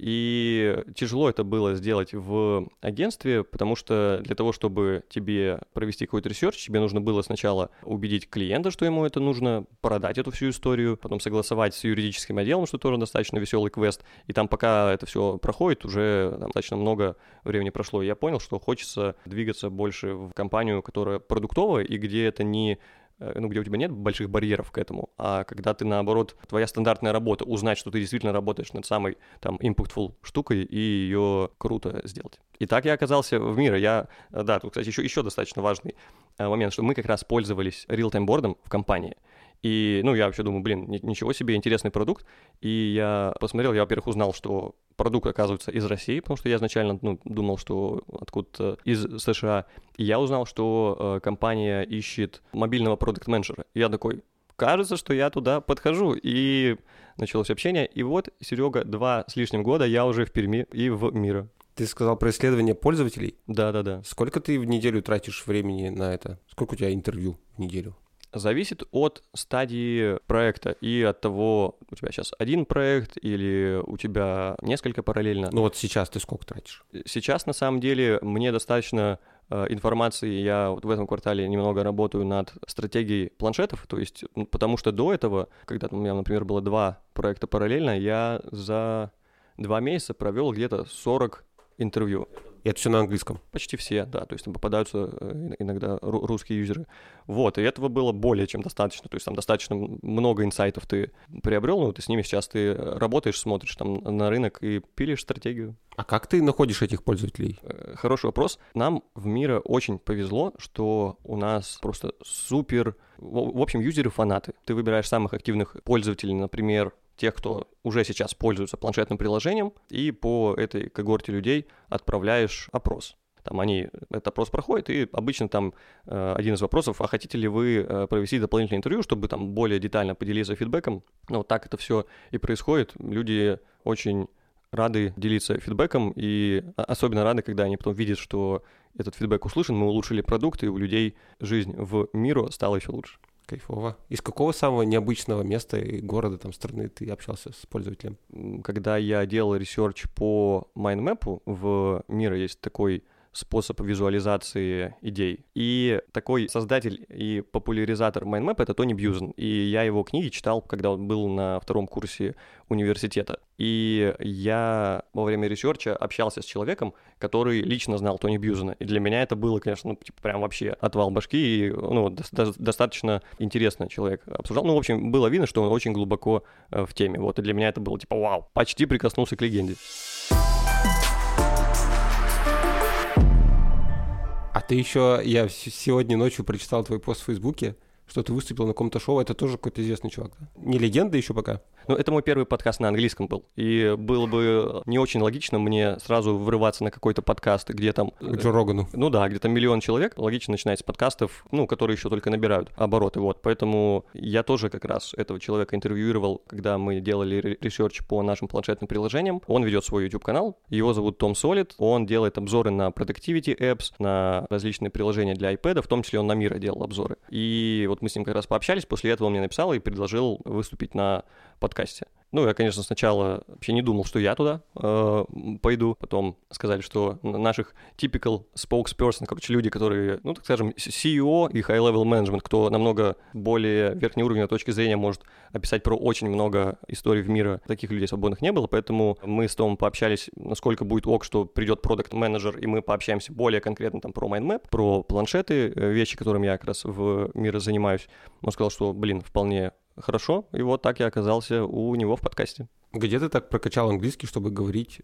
И тяжело это было сделать в агентстве, потому что для того, чтобы тебе провести какой-то ресерч, тебе нужно было сначала убедить клиента, что ему это нужно, продать эту всю историю, потом согласовать с юридическим отделом, что тоже достаточно веселый квест. И там пока это все проходит, уже там достаточно много времени прошло. И я понял, что хочется двигаться больше в компанию, которая продуктовая, и где это не... ну, где у тебя нет больших барьеров к этому, а когда ты, наоборот, твоя стандартная работа, узнать, что ты действительно работаешь над самой, там, impactful штукой и ее круто сделать. И так я оказался в Miro. Да, тут, кстати, еще достаточно важный момент, что мы как раз пользовались real-time board'ом в компании. И, ну, я вообще думаю, ничего себе, интересный продукт. И я посмотрел, я, во-первых, узнал, что продукт, оказывается, из России, потому что я изначально, думал, что откуда-то из США. И я узнал, что компания ищет мобильного продакт-менеджера. И я такой, кажется, что я туда подхожу. И началось общение. И вот, Серега, 2 с лишним года я уже в Перми и в Miro. Ты сказал про исследование пользователей? Да. Сколько ты в неделю тратишь времени на это? Сколько у тебя интервью в неделю? Зависит от стадии проекта и от того, у тебя сейчас один проект или у тебя несколько параллельно. Ну вот сейчас ты сколько тратишь? Сейчас, на самом деле, мне достаточно информации. Я вот в этом квартале немного работаю над стратегией планшетов, то есть, потому что до этого, когда у меня, например, было 2 проекта параллельно, я за 2 месяца провел где-то 40 интервью. И это все на английском? Почти все, да, то есть там попадаются иногда русские юзеры. Вот, и этого было более чем достаточно, то есть там достаточно много инсайтов ты приобрел, ну, ты с ними сейчас ты работаешь, смотришь там на рынок и пилишь стратегию. А как ты находишь этих пользователей? Хороший вопрос. Нам в Miro очень повезло, что у нас просто супер, в общем, юзеры-фанаты. Ты выбираешь самых активных пользователей, например, тех, кто уже сейчас пользуется планшетным приложением, и по этой когорте людей отправляешь опрос. Там этот опрос проходит, и обычно там один из вопросов, а хотите ли вы провести дополнительное интервью, чтобы там более детально поделиться фидбэком. Ну, вот так это все и происходит. Люди очень рады делиться фидбэком, и особенно рады, когда они потом видят, что этот фидбэк услышан, мы улучшили продукт, и у людей жизнь в Miro стала еще лучше. Кайфово. Из какого самого необычного места и города, там, страны ты общался с пользователем? Когда я делал ресерч по майндмэпу, в Miro есть такой способ визуализации идей. И такой создатель и популяризатор майндмэпа — это Тони Бьюзен. И я его книги читал, когда он был на 2-м курсе университета. И я во время ресерча общался с человеком, который лично знал Тони Бьюзена. И для меня это было, конечно, прям вообще отвал башки. И, достаточно интересно человек обсуждал. В общем, было видно, что он очень глубоко в теме. Вот, и для меня это было типа вау, почти прикоснулся к легенде. А ты еще, я сегодня ночью прочитал твой пост в Фейсбуке, что ты выступил на каком-то шоу, это тоже какой-то известный чувак, да? Не легенда еще пока? Ну, это мой первый подкаст на английском был, и было бы не очень логично мне сразу врываться на какой-то подкаст, где там... К Джо Рогану. Ну да, где там миллион человек, логично начинать с подкастов, ну, которые еще только набирают обороты, вот. Поэтому я тоже как раз этого человека интервьюировал, когда мы делали ресерч по нашим планшетным приложениям. Он ведет свой YouTube-канал, его зовут Том Солид, он делает обзоры на Productivity Apps, на различные приложения для iPad, в том числе он на Мира делал обзоры. И вот мы с ним как раз пообщались, после этого он мне написал и предложил выступить на подкасте. Ну, я, конечно, сначала вообще не думал, что я туда пойду. Потом сказали, что наших typical spokesperson, короче, люди, которые, ну, так скажем, CEO и high-level management, кто намного более верхнеуровневой точки зрения может описать про очень много историй в мире, таких людей свободных не было, поэтому мы с Томом пообщались, насколько будет ок, что придет продакт-менеджер, и мы пообщаемся более конкретно там про майндмэп, про планшеты, вещи, которыми я как раз в мире занимаюсь. Он сказал, что, вполне хорошо, и вот так я оказался у него в подкасте. Где ты так прокачал английский, чтобы говорить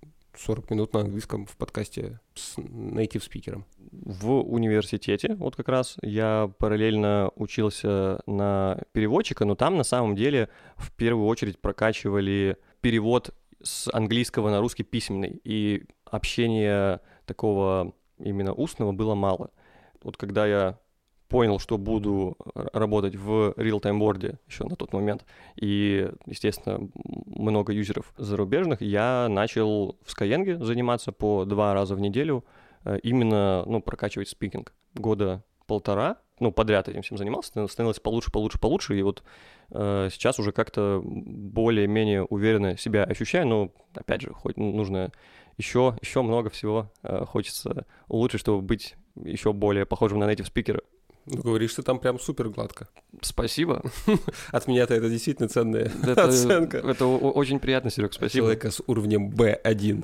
40 минут на английском в подкасте с native спикером? В университете, вот как раз, я параллельно учился на переводчика, но там на самом деле в первую очередь прокачивали перевод с английского на русский письменный, и общения такого именно устного было мало. Вот когда я понял, что буду работать в real-time board еще на тот момент, и, естественно, много юзеров зарубежных, я начал в Skyeng заниматься по 2 раза в неделю, именно, прокачивать спикинг. Года 1.5, подряд этим всем занимался, становилось получше, и вот сейчас уже как-то более-менее уверенно себя ощущаю, но, опять же, хоть нужно еще много всего хочется улучшить, чтобы быть еще более похожим на native спикера. Ну, говоришь, ты там прям супер гладко. Спасибо. От меня-то это действительно ценная оценка. Это очень приятно, Серег, спасибо. Человека с уровнем B1.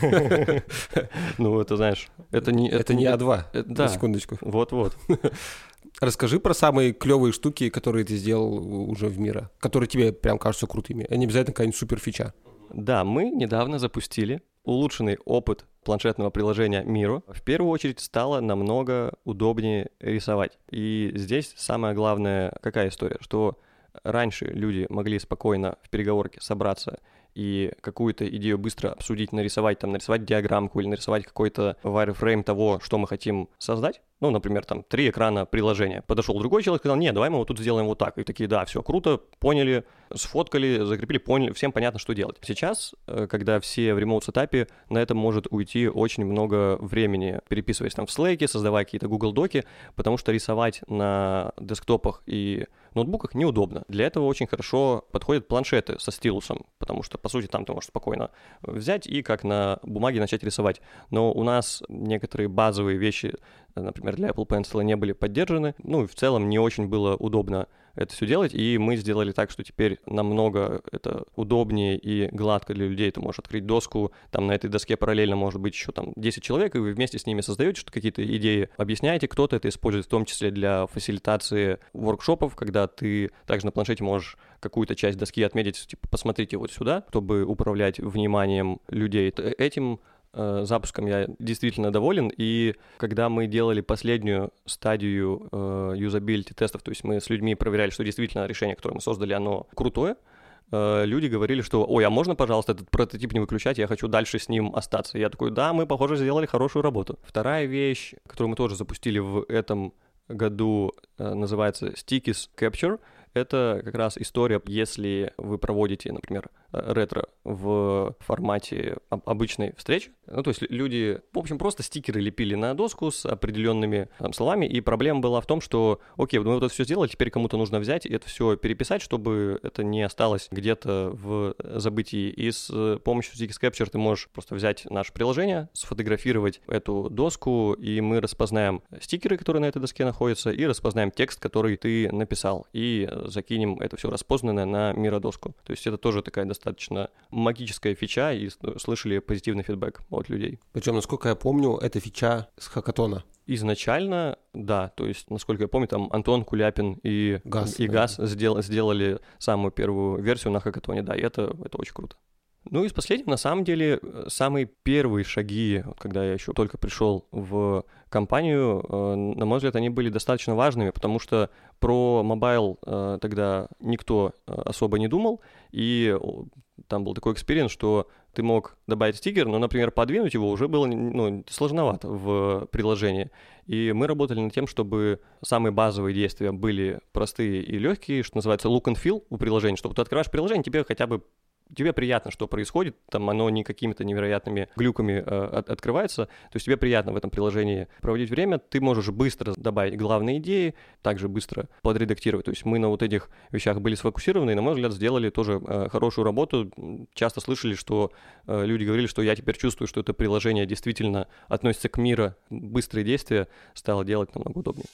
Ну, это, знаешь, это не... Это не А2, да, на секундочку. Вот. Расскажи про самые клевые штуки, которые ты сделал уже в мире, которые тебе прям кажутся крутыми. А не обязательно какая-нибудь супер фича. Да, мы недавно запустили улучшенный опыт планшетного приложения Miro. В первую очередь стало намного удобнее рисовать. И здесь самое главное, какая история, что раньше люди могли спокойно в переговорке собраться и какую-то идею быстро обсудить, нарисовать диаграммку или нарисовать какой-то wireframe того, что мы хотим создать. Ну, например, 3 экрана приложения. Подошел другой человек и сказал: не, давай мы вот тут сделаем вот так. И такие: да, все круто, поняли, сфоткали, закрепили, поняли, всем понятно, что делать. Сейчас, когда все в ремоут-сетапе, на это может уйти очень много времени, переписываясь в Slack, создавая какие-то Google доки, потому что рисовать на десктопах и ноутбуках неудобно. Для этого очень хорошо подходят планшеты со стилусом, потому что, по сути, там ты можешь спокойно взять и как на бумаге начать рисовать. Но у нас некоторые базовые вещи, например, для Apple Pencil не были поддержаны. Ну и в целом не очень было удобно это все делать, и мы сделали так, что теперь намного это удобнее и гладко для людей. Ты можешь открыть доску, там на этой доске параллельно может быть еще 10 человек, и вы вместе с ними создаете что-то, какие-то идеи объясняете, кто-то это использует в том числе для фасилитации воркшопов, когда ты также на планшете можешь какую-то часть доски отметить, типа, посмотрите вот сюда, чтобы управлять вниманием людей. Этим запуском я действительно доволен, и когда мы делали последнюю стадию юзабилити тестов, то есть мы с людьми проверяли, что действительно решение, которое мы создали, оно крутое, люди говорили, что: ой, а можно, пожалуйста, этот прототип не выключать, я хочу дальше с ним остаться. Я такой: да, мы, похоже, сделали хорошую работу. Вторая вещь, которую мы тоже запустили в этом году, называется Stickies Capture. Это как раз история, если вы проводите, например, ретро в формате обычной встречи. Ну, то есть люди, в общем, просто стикеры лепили на доску с определенными словами, и проблема была в том, что, окей, мы вот это все сделали, теперь кому-то нужно взять и это все переписать, чтобы это не осталось где-то в забытии. И с помощью Stickies Capture ты можешь просто взять наше приложение, сфотографировать эту доску, и мы распознаем стикеры, которые на этой доске находятся, и распознаем текст, который ты написал, и закинем это все распознанное на миродоску. То есть это тоже такая достаточно магическая фича, и слышали позитивный фидбэк от людей. Причем, насколько я помню, это фича с хакатона. Изначально, да, то есть, насколько я помню, там Антон Куляпин и Газ сделали самую первую версию на хакатоне, да, и это очень круто. Ну, из последнего, на самом деле, самые первые шаги, когда я еще только пришел в компанию, на мой взгляд, они были достаточно важными, потому что про мобайл тогда никто особо не думал, и там был такой экспириенс, что ты мог добавить стикер, но, например, подвинуть его уже было сложновато в приложении. И мы работали над тем, чтобы самые базовые действия были простые и легкие, что называется look and feel у приложения, чтобы ты открываешь приложение, тебе приятно, что происходит, там оно не какими-то невероятными глюками открывается, то есть тебе приятно в этом приложении проводить время, ты можешь быстро добавить главные идеи, также быстро подредактировать, то есть мы на вот этих вещах были сфокусированы и, на мой взгляд, сделали тоже хорошую работу. Часто слышали, что люди говорили, что я теперь чувствую, что это приложение действительно относится к миру, быстрые действия стало делать намного удобнее.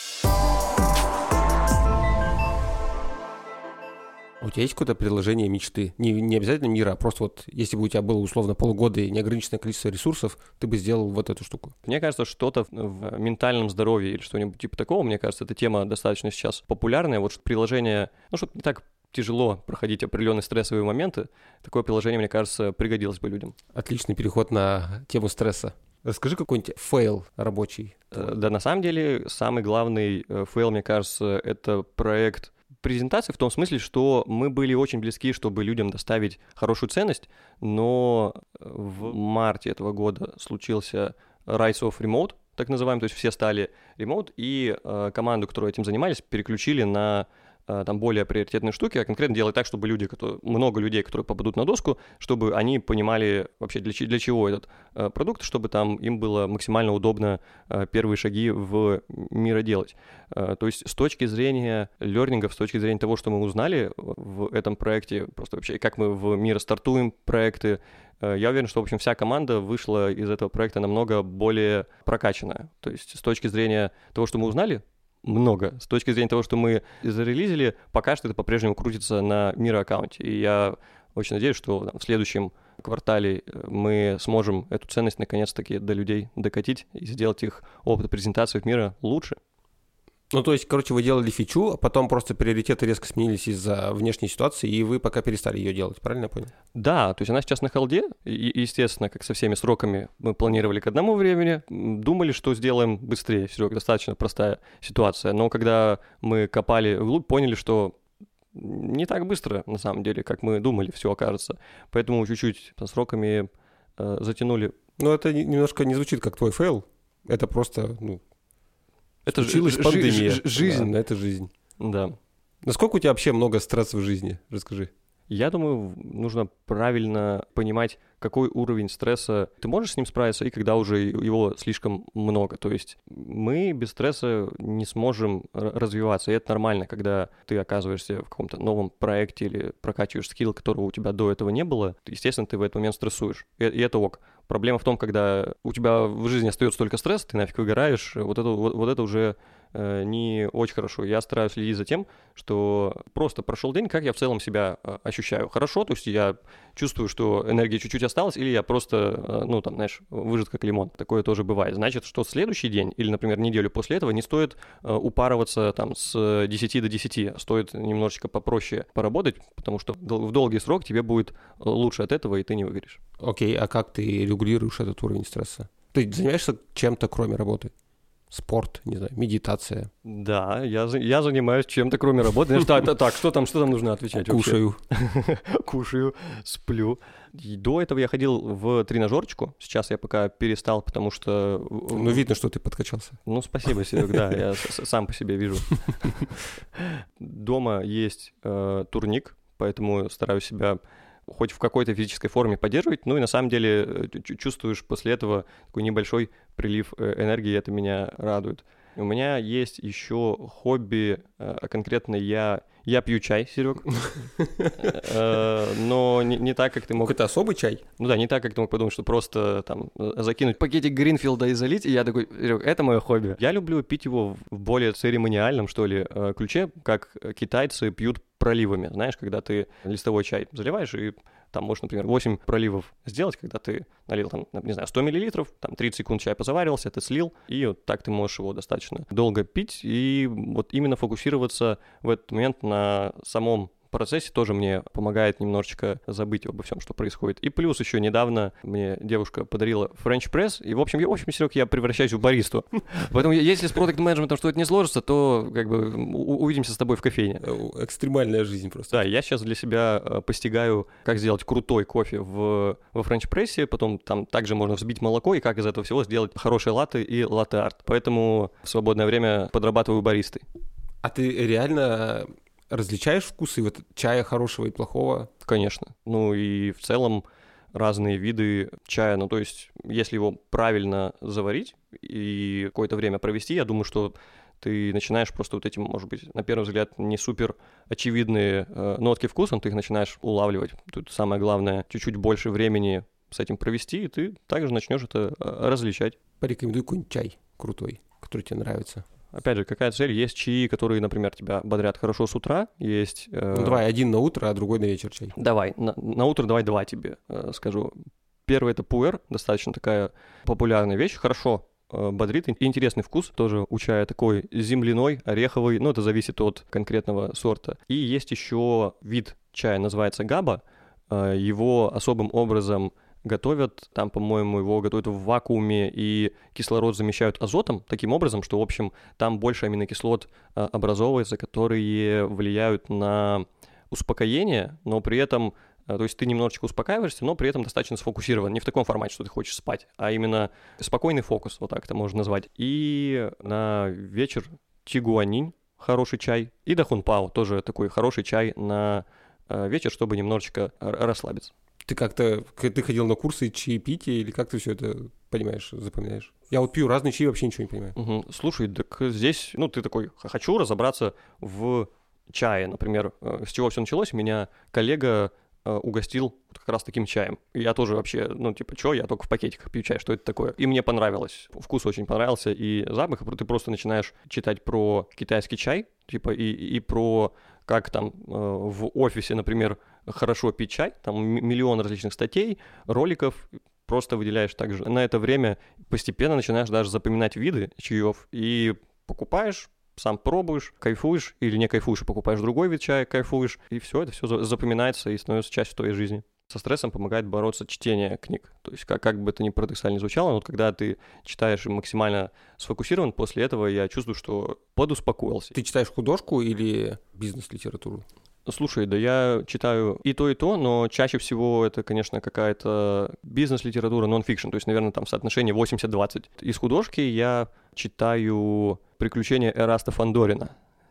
У тебя есть какое-то приложение мечты? Не обязательно мира, а просто вот если бы у тебя было условно полгода и неограниченное количество ресурсов, ты бы сделал вот эту штуку. Мне кажется, что-то в ментальном здоровье или что-нибудь типа такого, мне кажется, эта тема достаточно сейчас популярная. Вот приложение, чтобы не так тяжело проходить определенные стрессовые моменты, такое приложение, мне кажется, пригодилось бы людям. Отличный переход на тему стресса. Расскажи какой-нибудь фейл рабочий. Да, на самом деле, самый главный фейл, мне кажется, это проект презентации в том смысле, что мы были очень близки, чтобы людям доставить хорошую ценность, но в марте этого года случился Rise of Remote, так называемый, то есть все стали remote, и команду, которая этим занимались, переключили на там более приоритетные штуки, а конкретно делать так, чтобы много людей, которые попадут на доску, чтобы они понимали вообще для чего этот продукт, чтобы там им было максимально удобно первые шаги в мире делать. То есть с точки зрения лернингов, с точки зрения того, что мы узнали в этом проекте, просто вообще как мы в мире стартуем проекты, я уверен, что, в общем, вся команда вышла из этого проекта намного более прокачанная. То есть с точки зрения того, что мы узнали, много. С точки зрения того, что мы зарелизили, пока что это по-прежнему крутится на Miro-аккаунте. И я очень надеюсь, что в следующем квартале мы сможем эту ценность наконец-таки до людей докатить и сделать их опыт презентации в Miro лучше. Ну, то есть, вы делали фичу, а потом просто приоритеты резко сменились из-за внешней ситуации, и вы пока перестали ее делать, правильно я понял? Да, то есть она сейчас на холде, и, естественно, как со всеми сроками мы планировали к одному времени, думали, что сделаем быстрее, Серега, достаточно простая ситуация, но когда мы копали вглубь, поняли, что не так быстро, на самом деле, как мы думали, все окажется, поэтому чуть-чуть со сроками затянули. Но это немножко не звучит как твой фейл, это просто, это случилась пандемия. Жизнь. Да, это жизнь. Да. Насколько у тебя вообще много стресса в жизни? Расскажи. Я думаю, нужно правильно понимать, какой уровень стресса ты можешь с ним справиться, и когда уже его слишком много. То есть мы без стресса не сможем развиваться, и это нормально, когда ты оказываешься в каком-то новом проекте или прокачиваешь скилл, которого у тебя до этого не было, естественно, ты в этот момент стрессуешь, и это ок. Проблема в том, когда у тебя в жизни остается только стресс, ты нафиг выгораешь, вот это уже не очень хорошо. Я стараюсь следить за тем, что просто прошел день, как я в целом себя ощущаю. Хорошо, то есть я чувствую, что энергии чуть-чуть осталось, или я просто, выжат как лимон. Такое тоже бывает. Значит, что следующий день или, например, неделю после этого не стоит упарываться там с 10 до 10, стоит немножечко попроще поработать, потому что в долгий срок тебе будет лучше от этого, и ты не выгоришь. Окей, а как ты регулируешь этот уровень стресса? Ты занимаешься чем-то, кроме работы? Спорт, не знаю, медитация. Да, я занимаюсь чем-то, кроме работы. Так, что там нужно отвечать? Кушаю. Кушаю, сплю. И до этого я ходил в тренажерочку. Сейчас я пока перестал, потому что... Ну, видно, что ты подкачался. Ну, спасибо, Серег, да, я сам по себе вижу. Дома есть турник, поэтому стараюсь себя хоть в какой-то физической форме поддерживать, ну и на самом деле чувствуешь после этого такой небольшой прилив энергии, это меня радует. У меня есть еще хобби, а конкретно я пью чай, Серег, но не так, как ты мог... Какой-то особый чай? Ну да, не так, как ты мог подумать, что просто там закинуть пакетик Гринфилда и залить, и я такой, Серег, это мое хобби. Я люблю пить его в более церемониальном, что ли, ключе, как китайцы пьют проливами, знаешь, когда ты листовой чай заливаешь, и там можешь, например, 8 проливов сделать, когда ты налил, там, не знаю, 100 миллилитров, там 30 секунд чай позаварился, ты слил, и вот так ты можешь его достаточно долго пить, и вот именно фокусироваться в этот момент на самом процессе тоже мне помогает немножечко забыть обо всем, что происходит. И плюс еще недавно мне девушка подарила French Press, и, в общем, Серег, я превращаюсь в баристу. Поэтому если с продакт-менеджментом что-то не сложится, то как бы увидимся с тобой в кофейне. Экстремальная жизнь просто. Да, я сейчас для себя постигаю, как сделать крутой кофе во French Press, потом там также можно взбить молоко, и как из этого всего сделать хорошие латте и латте-арт. Поэтому в свободное время подрабатываю баристой. А ты реально различаешь вкусы вот чая хорошего и плохого? Конечно. Ну и в целом разные виды чая. Ну то есть если его правильно заварить и какое-то время провести, я думаю, что ты начинаешь просто вот этим, может быть, на первый взгляд, не супер очевидные нотки вкуса, ты их начинаешь улавливать. Тут самое главное, чуть-чуть больше времени с этим провести, и ты также начнешь это различать. Порекомендуй какой-нибудь чай крутой, который тебе нравится. Опять же, какая цель? Есть чаи, которые, например, тебя бодрят хорошо с утра, есть... Ну, давай один на утро, а другой на вечер чай. Давай, на утро давай два тебе скажу. Первый — это пуэр, достаточно такая популярная вещь, хорошо бодрит, интересный вкус, тоже у чая такой земляной, ореховый, но это зависит от конкретного сорта. И есть еще вид чая, называется габа, его особым образом готовят, там, по-моему, его готовят в вакууме и кислород замещают азотом, таким образом, что, в общем, там больше аминокислот образовывается, которые влияют на успокоение, но при этом, то есть ты немножечко успокаиваешься, но при этом достаточно сфокусирован, не в таком формате, что ты хочешь спать, а именно спокойный фокус, вот так это можно назвать. И на вечер тигуанин, хороший чай, и дахунпао, тоже такой хороший чай на вечер, чтобы немножечко расслабиться. Ты ходил на курсы чаепития или как ты все это понимаешь, запоминаешь? Я вот пью разные чаи, вообще ничего не понимаю. Угу. Слушай, так здесь, ты такой, хочу разобраться в чае, например, с чего все началось, меня коллега угостил как раз таким чаем. И я тоже вообще, я только в пакетиках пью чай, что это такое? И мне понравилось, вкус очень понравился, и запах, ты просто начинаешь читать про китайский чай, и про как там в офисе, например, хорошо пить чай, там миллион различных статей, роликов, просто выделяешь также. На это время постепенно начинаешь даже запоминать виды чаев и покупаешь, сам пробуешь, кайфуешь или не кайфуешь, и покупаешь другой вид чая, кайфуешь, и все это все запоминается и становится частью твоей жизни. Со стрессом помогает бороться чтение книг. То есть как бы это ни парадоксально звучало, но вот когда ты читаешь и максимально сфокусирован, после этого я чувствую, что подуспокоился. Ты читаешь художку или бизнес-литературу? Слушай, да я читаю и то, но чаще всего это, конечно, какая-то бизнес-литература, нон-фикшн, то есть, наверное, там соотношение 80-20. Из художки я читаю «Приключения Эраста Фандорина».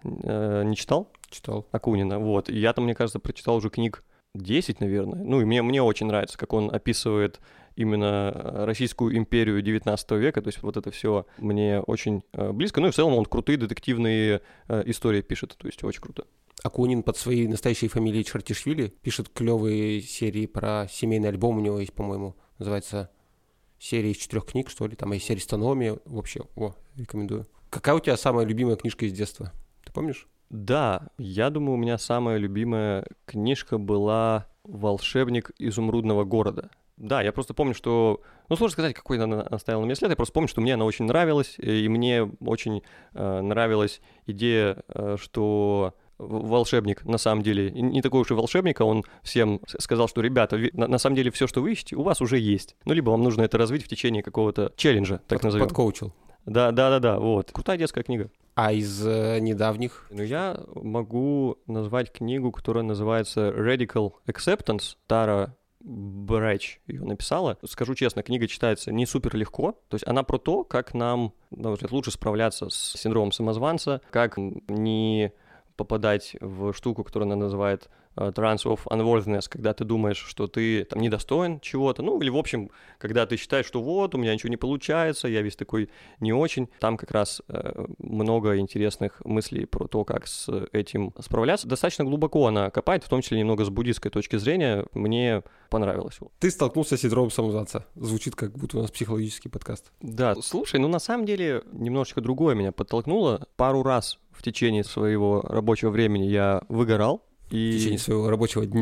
Не читал? Читал. Акунина, вот. И я там, мне кажется, прочитал уже книг 10, наверное. Ну, и мне очень нравится, как он описывает именно Российскую империю 19 века, то есть вот это все мне очень близко. Ну и в целом он крутые детективные истории пишет, то есть очень круто. Акунин под своей настоящей фамилией Чхартишвили пишет клевые серии про семейный альбом, у него есть, по-моему, называется серия из 4 книг, что ли, там есть серия «Станоми», вообще, рекомендую. Какая у тебя самая любимая книжка из детства? Ты помнишь? Да, я думаю, у меня самая любимая книжка была «Волшебник изумрудного города». Да, я просто помню, что... сложно сказать, какой она оставила на меня след. Я просто помню, что мне она очень нравилась, и мне очень нравилась идея, что волшебник на самом деле не такой уж и волшебник, а он всем сказал, что, ребята, на самом деле все, что вы ищете, у вас уже есть. Либо вам нужно это развить в течение какого-то челленджа, так назовем. Подкоучил. Да, вот. Крутая детская книга. А из недавних? Я могу назвать книгу, которая называется Radical Acceptance. Тара Брэч ее написала. Скажу честно, книга читается не супер легко. То есть она про то, как нам, на мой взгляд, лучше справляться с синдромом самозванца, как не попадать в штуку, которую она называет trance of unworthiness, когда ты думаешь, что ты там недостоин чего-то, или в общем, когда ты считаешь, что вот, у меня ничего не получается, я весь такой не очень. Там как раз много интересных мыслей про то, как с этим справляться. Достаточно глубоко она копает, в том числе немного с буддистской точки зрения. Мне понравилось. Ты столкнулся с синдромом самозванца. Звучит, как будто у нас психологический подкаст. Да, слушай, на самом деле немножечко другое меня подтолкнуло. Пару раз в течение своего рабочего времени я выгорал. В течение своего рабочего дня.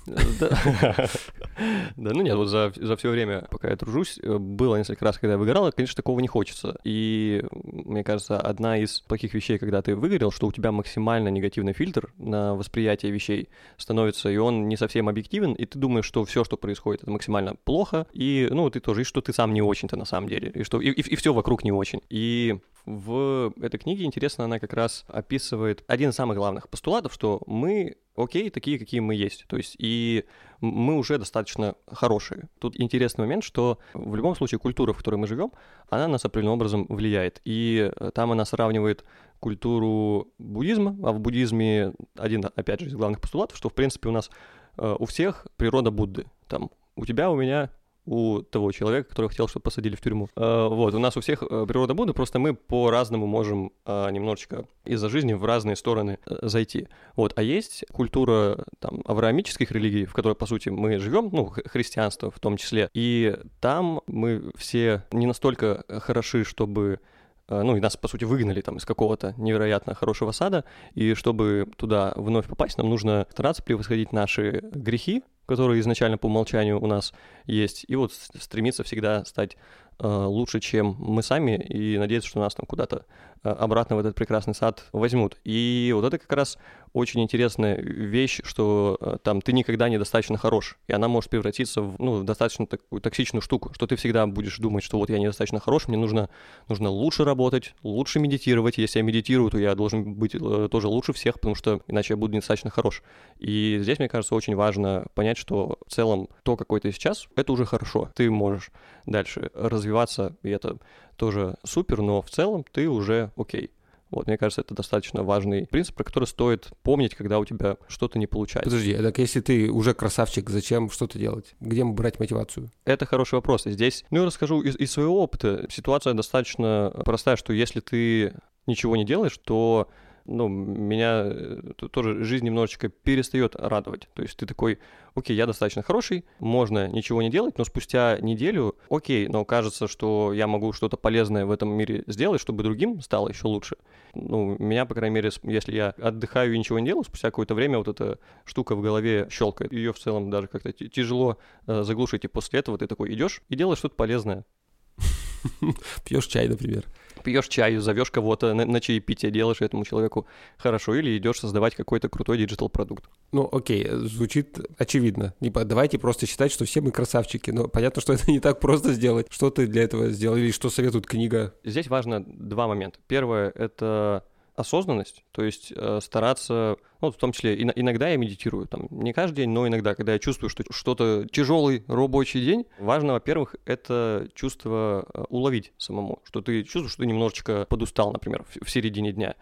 Да, ну нет, вот за все время, пока я тружусь, было несколько раз, когда я выгорал, и, конечно, такого не хочется. И, мне кажется, одна из плохих вещей, когда ты выгорел, что у тебя максимально негативный фильтр на восприятие вещей становится, и он не совсем объективен, и ты думаешь, что все, что происходит, это максимально плохо, и, ну, ты тоже, и что ты сам не очень-то на самом деле, и что и все вокруг не очень. И в этой книге, интересно, она как раз описывает один из самых главных постулатов, что мы окей, такие, какие мы есть. То есть и мы уже достаточно хорошие. Тут интересный момент, что в любом случае культура, в которой мы живем, она нас определенным образом влияет. И там она сравнивает культуру буддизма, а в буддизме один, опять же, из главных постулатов, что, в принципе, у нас у всех природа Будды. Там у тебя, у меня, у того человека, который хотел, чтобы посадили в тюрьму. Вот, у нас у всех природа Будды, просто мы по-разному можем немножечко из-за жизни в разные стороны зайти. Вот, а есть культура там авраамических религий, в которой, по сути, мы живем, ну, христианство в том числе, и там мы все не настолько хороши, чтобы ну, и нас, по сути, выгнали там из какого-то невероятно хорошего сада, и чтобы туда вновь попасть, нам нужно стараться превосходить наши грехи, которые изначально по умолчанию у нас есть, и вот стремиться всегда стать лучше, чем мы сами, и надеяться, что нас там куда-то обратно в этот прекрасный сад возьмут. И вот это как раз очень интересная вещь, что там ты никогда недостаточно хорош, и она может превратиться в, ну, достаточно такую токсичную штуку, что ты всегда будешь думать, что вот я недостаточно хорош, мне нужно лучше работать, лучше медитировать. Если я медитирую, то я должен быть тоже лучше всех, потому что иначе я буду недостаточно хорош. И здесь, мне кажется, очень важно понять, что в целом то, какой ты сейчас, это уже хорошо. Ты можешь дальше развиваться, и это тоже супер, но в целом ты уже окей. Вот, мне кажется, это достаточно важный принцип, про который стоит помнить, когда у тебя что-то не получается. Подожди, так если ты уже красавчик, зачем что-то делать? Где брать мотивацию? Это хороший вопрос. И здесь, ну, я расскажу из своего опыта. Ситуация достаточно простая, что если ты ничего не делаешь, то ну, меня тоже жизнь немножечко перестает радовать. То есть ты такой, окей, я достаточно хороший, можно ничего не делать, но спустя неделю, окей, но кажется, что я могу что-то полезное в этом мире сделать, чтобы другим стало еще лучше. Ну, меня, по крайней мере, если я отдыхаю и ничего не делаю, спустя какое-то время вот эта штука в голове щелкает. Ее в целом даже как-то тяжело заглушить, и после этого ты такой идешь и делаешь что-то полезное. Пьешь чай, например. Пьешь чай, зовешь кого-то на чаепитие, делаешь этому человеку хорошо, или идешь создавать какой-то крутой диджитал-продукт. Ну, окей, звучит очевидно. Давайте просто считать, что все мы красавчики. Но понятно, что это не так просто сделать. Что ты для этого сделал? Или что советует книга? Здесь важно два момента. Первое — это осознанность, то есть стараться, ну, в том числе иногда я медитирую, там, не каждый день, но иногда, когда я чувствую, что что-то тяжелый рабочий день, важно, во-первых, это чувство уловить самому, что ты чувствуешь, что ты немножечко подустал, например, в середине дня,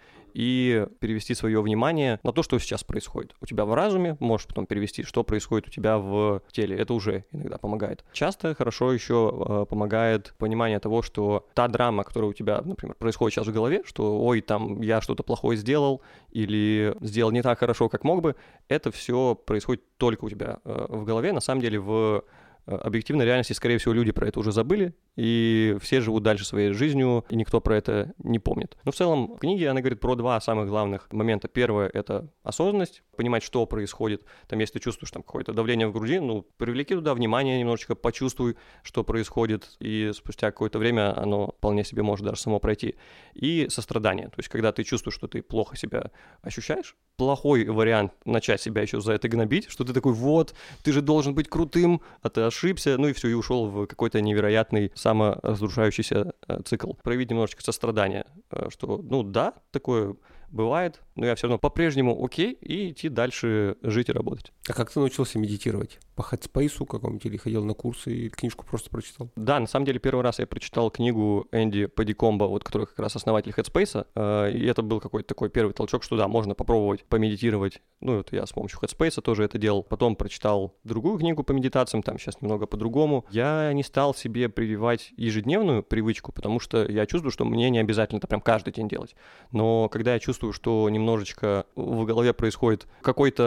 и перевести свое внимание на то, что сейчас происходит. У тебя в разуме, можешь потом перевести, что происходит у тебя в теле. Это уже иногда помогает. Часто хорошо еще помогает понимание того, что та драма, которая у тебя, например, происходит сейчас в голове, что ой, там я что-то плохое сделал или сделал не так хорошо, как мог бы, это все происходит только у тебя в голове. На самом деле в объективной реальности, скорее всего, люди про это уже забыли, и все живут дальше своей жизнью, и никто про это не помнит. Но в целом в книге она говорит про два самых главных момента. Первое — это осознанность, понимать, что происходит. Там, если ты чувствуешь там какое-то давление в груди, ну, привлеки туда внимание немножечко, почувствуй, что происходит, и спустя какое-то время оно вполне себе может даже само пройти. И сострадание. То есть, когда ты чувствуешь, что ты плохо себя ощущаешь, плохой вариант начать себя еще за это гнобить, что ты такой, вот, ты же должен быть крутым, а ты ошибся, ну и все, и ушел в какой-то невероятный саморазрушающийся цикл. Проявить немножечко сострадания, что, ну да, такое бывает, но я все равно по-прежнему окей, и идти дальше жить и работать. А как ты научился медитировать? По Headspace какому-нибудь или ходил на курсы и книжку просто прочитал? Да, на самом деле первый раз я прочитал книгу Энди Падикомба, вот который как раз основатель Headspace, и это был какой-то такой первый толчок, что да, можно попробовать помедитировать. Ну, вот я с помощью Headspace тоже это делал. Потом прочитал другую книгу по медитациям, там сейчас немного по-другому. Я не стал себе прививать ежедневную привычку, потому что я чувствую, что мне не обязательно это прям каждый день делать. Но когда я чувствую, что немножечко в голове происходит какой-то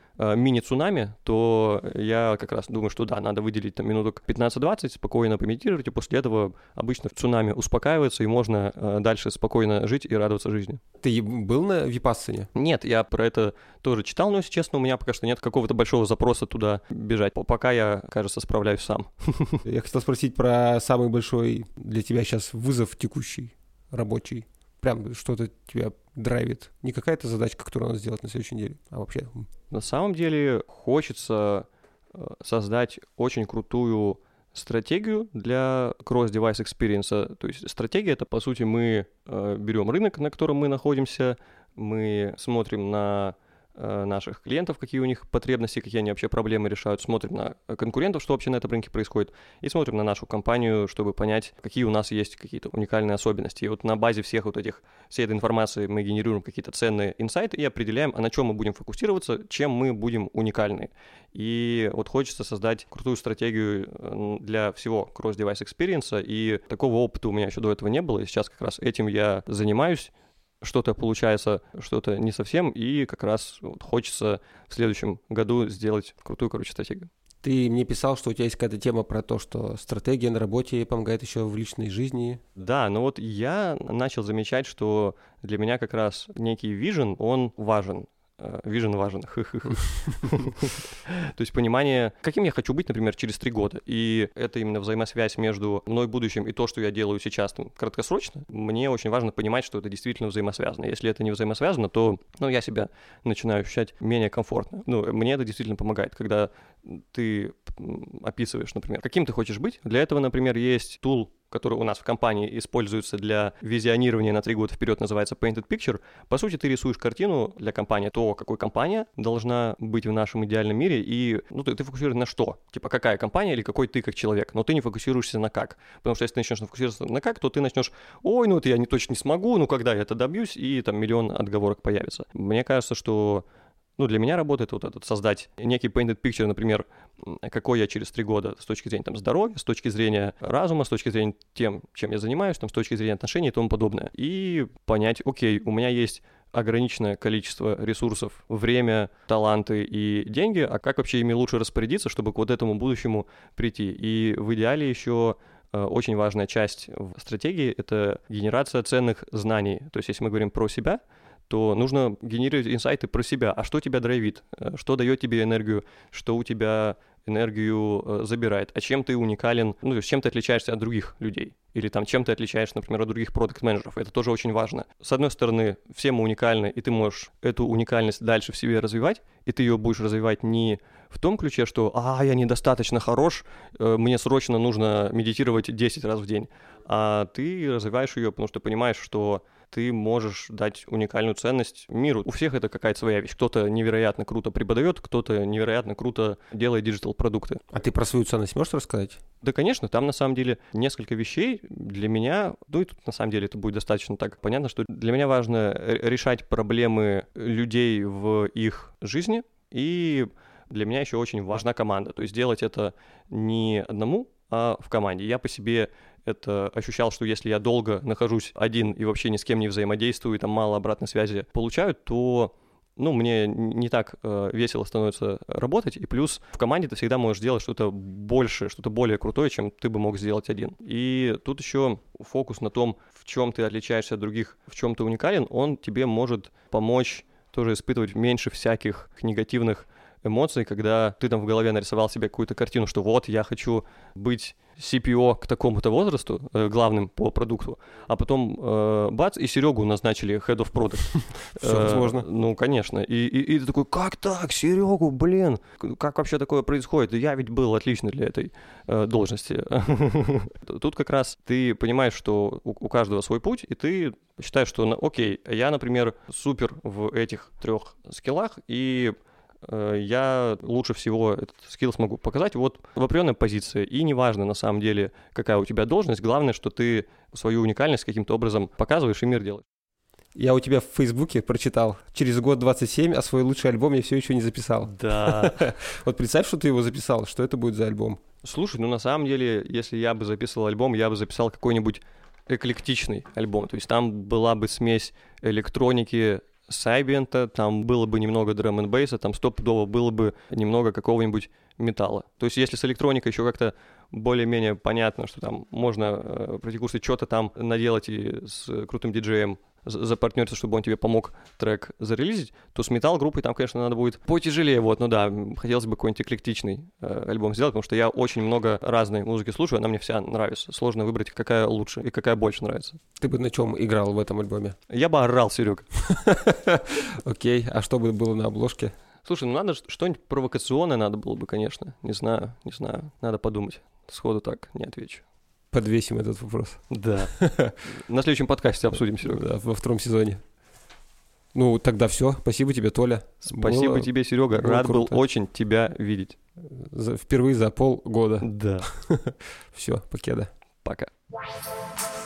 мини-цунами, то я как раз думаю, что да, надо выделить там минуток 15-20, спокойно помедитировать, и после этого обычно цунами успокаивается, и можно дальше спокойно жить и радоваться жизни. Ты был на випассане? Нет, я про это тоже читал, но, если честно, у меня пока что нет какого-то большого запроса туда бежать. Пока я, кажется, справляюсь сам. Я хотел спросить про самый большой для тебя сейчас вызов текущий, рабочий. Прям что-то тебя драйвит. Не какая-то задачка, которую надо сделать на следующей неделе, а вообще. На самом деле хочется создать очень крутую стратегию для cross-device experience. То есть стратегия — это, по сути, мы берем рынок, на котором мы находимся, мы смотрим на наших клиентов, какие у них потребности, какие они вообще проблемы решают, смотрим на конкурентов, что вообще на этом рынке происходит, и смотрим на нашу компанию, чтобы понять, какие у нас есть какие-то уникальные особенности. И вот на базе всей этой информации мы генерируем какие-то ценные инсайты и определяем, а на чем мы будем фокусироваться, чем мы будем уникальны. И вот хочется создать крутую стратегию для всего cross-device experience, и такого опыта у меня еще до этого не было, и сейчас как раз этим я занимаюсь. Что-то получается, что-то не совсем, и как раз вот хочется в следующем году сделать крутую, стратегию. Ты мне писал, что у тебя есть какая-то тема про то, что стратегия на работе помогает еще в личной жизни. Да, но вот я начал замечать, что для меня как раз некий вижен, он важен. Вижен важен. То есть понимание, каким я хочу быть, например, через 3 года. И это именно взаимосвязь между мной будущим и то, что я делаю сейчас краткосрочно. Мне очень важно понимать, что это действительно взаимосвязано. Если это не взаимосвязано, то я себя начинаю ощущать менее комфортно. Мне это действительно помогает, когда ты описываешь, например, каким ты хочешь быть. Для этого, например, есть тул, который у нас в компании используется для визионирования на 3 года вперед, называется Painted Picture. По сути, ты рисуешь картину для компании, то, какой компания должна быть в нашем идеальном мире, и ты фокусируешься на что? Типа, какая компания или какой ты как человек, но ты не фокусируешься на как. Потому что если ты начнешь фокусироваться на как, то ты начнешь, это я точно не смогу, когда я это добьюсь, и там миллион отговорок появится. Мне кажется, что для меня работает вот этот, создать некий painted picture, например, какой я через 3 года с точки зрения здоровья, с точки зрения разума, с точки зрения тем, чем я занимаюсь, с точки зрения отношений и тому подобное. И понять, окей, у меня есть ограниченное количество ресурсов, время, таланты и деньги, а как вообще ими лучше распорядиться, чтобы к вот этому будущему прийти. И в идеале еще очень важная часть в стратегии — это генерация ценных знаний. То есть если мы говорим про себя, то нужно генерировать инсайты про себя. А что тебя драйвит? Что дает тебе энергию? Что у тебя энергию забирает? А чем ты уникален? То есть чем ты отличаешься от других людей? Или чем ты отличаешься, например, от других продакт-менеджеров? Это тоже очень важно. С одной стороны, все мы уникальны, и ты можешь эту уникальность дальше в себе развивать, и ты ее будешь развивать не в том ключе, что я недостаточно хорош, мне срочно нужно медитировать 10 раз в день, а ты развиваешь ее, потому что понимаешь, что ты можешь дать уникальную ценность миру. У всех это какая-то своя вещь. Кто-то невероятно круто преподает, кто-то невероятно круто делает диджитал-продукты. А ты про свою ценность можешь рассказать? Да, конечно, там на самом деле несколько вещей для меня, и тут на самом деле это будет достаточно так понятно, что для меня важно решать проблемы людей в их жизни, и для меня еще очень важна команда, то есть делать это не одному, а в команде. Я по себе это ощущал, что если я долго нахожусь один и вообще ни с кем не взаимодействую, и мало обратной связи получаю, то мне не так весело становится работать, и плюс в команде ты всегда можешь делать что-то больше, что-то более крутое, чем ты бы мог сделать один. И тут еще фокус на том, в чем ты отличаешься от других, в чем ты уникален, он тебе может помочь тоже испытывать меньше всяких негативных эмоций, когда ты в голове нарисовал себе какую-то картину, что вот я хочу быть CPO к такому-то возрасту, главным по продукту, а потом бац, и Серегу назначили Head of Product. Все возможно. Конечно. И ты такой, как так, Серегу, блин, как вообще такое происходит? Я ведь был отличный для этой должности. Тут как раз ты понимаешь, что у каждого свой путь, и ты считаешь, что, окей, я, например, супер в этих 3 скиллах, и я лучше всего этот скилл смогу показать вот в определенной позиции. И неважно, на самом деле, какая у тебя должность, главное, что ты свою уникальность каким-то образом показываешь и мир делаешь. Я у тебя в Фейсбуке прочитал: через год 27, а свой лучший альбом я все еще не записал. Да. Вот представь, что ты его записал, что это будет за альбом? Слушай, на самом деле, если я бы записывал альбом, я бы записал какой-нибудь эклектичный альбом. То есть там была бы смесь электроники сайбента, там было бы немного драм-н-бейса, там стопудово было бы немного какого-нибудь металла. То есть если с электроникой еще как-то более-менее понятно, что там можно пройти курсы, что-то там наделать и с крутым диджеем запартнериться, чтобы он тебе помог трек зарелизить, то с металл-группой там, конечно, надо будет потяжелее, вот, ну да, хотелось бы какой-нибудь эклектичный альбом сделать, потому что я очень много разной музыки слушаю, она мне вся нравится, сложно выбрать, какая лучше и какая больше нравится. Ты бы на чем играл в этом альбоме? Я бы орал, Серега. Окей, а что бы было на обложке? Слушай, ну надо что-нибудь провокационное надо было бы, конечно, не знаю, надо подумать, сходу так не отвечу. Подвесим этот вопрос. Да. На следующем подкасте обсудим, Серега. Да, во втором сезоне. Ну, тогда все. Спасибо тебе, Толя. Спасибо тебе, Серега. Рад был очень тебя видеть. Впервые за полгода. Да. Все, покеда. Пока.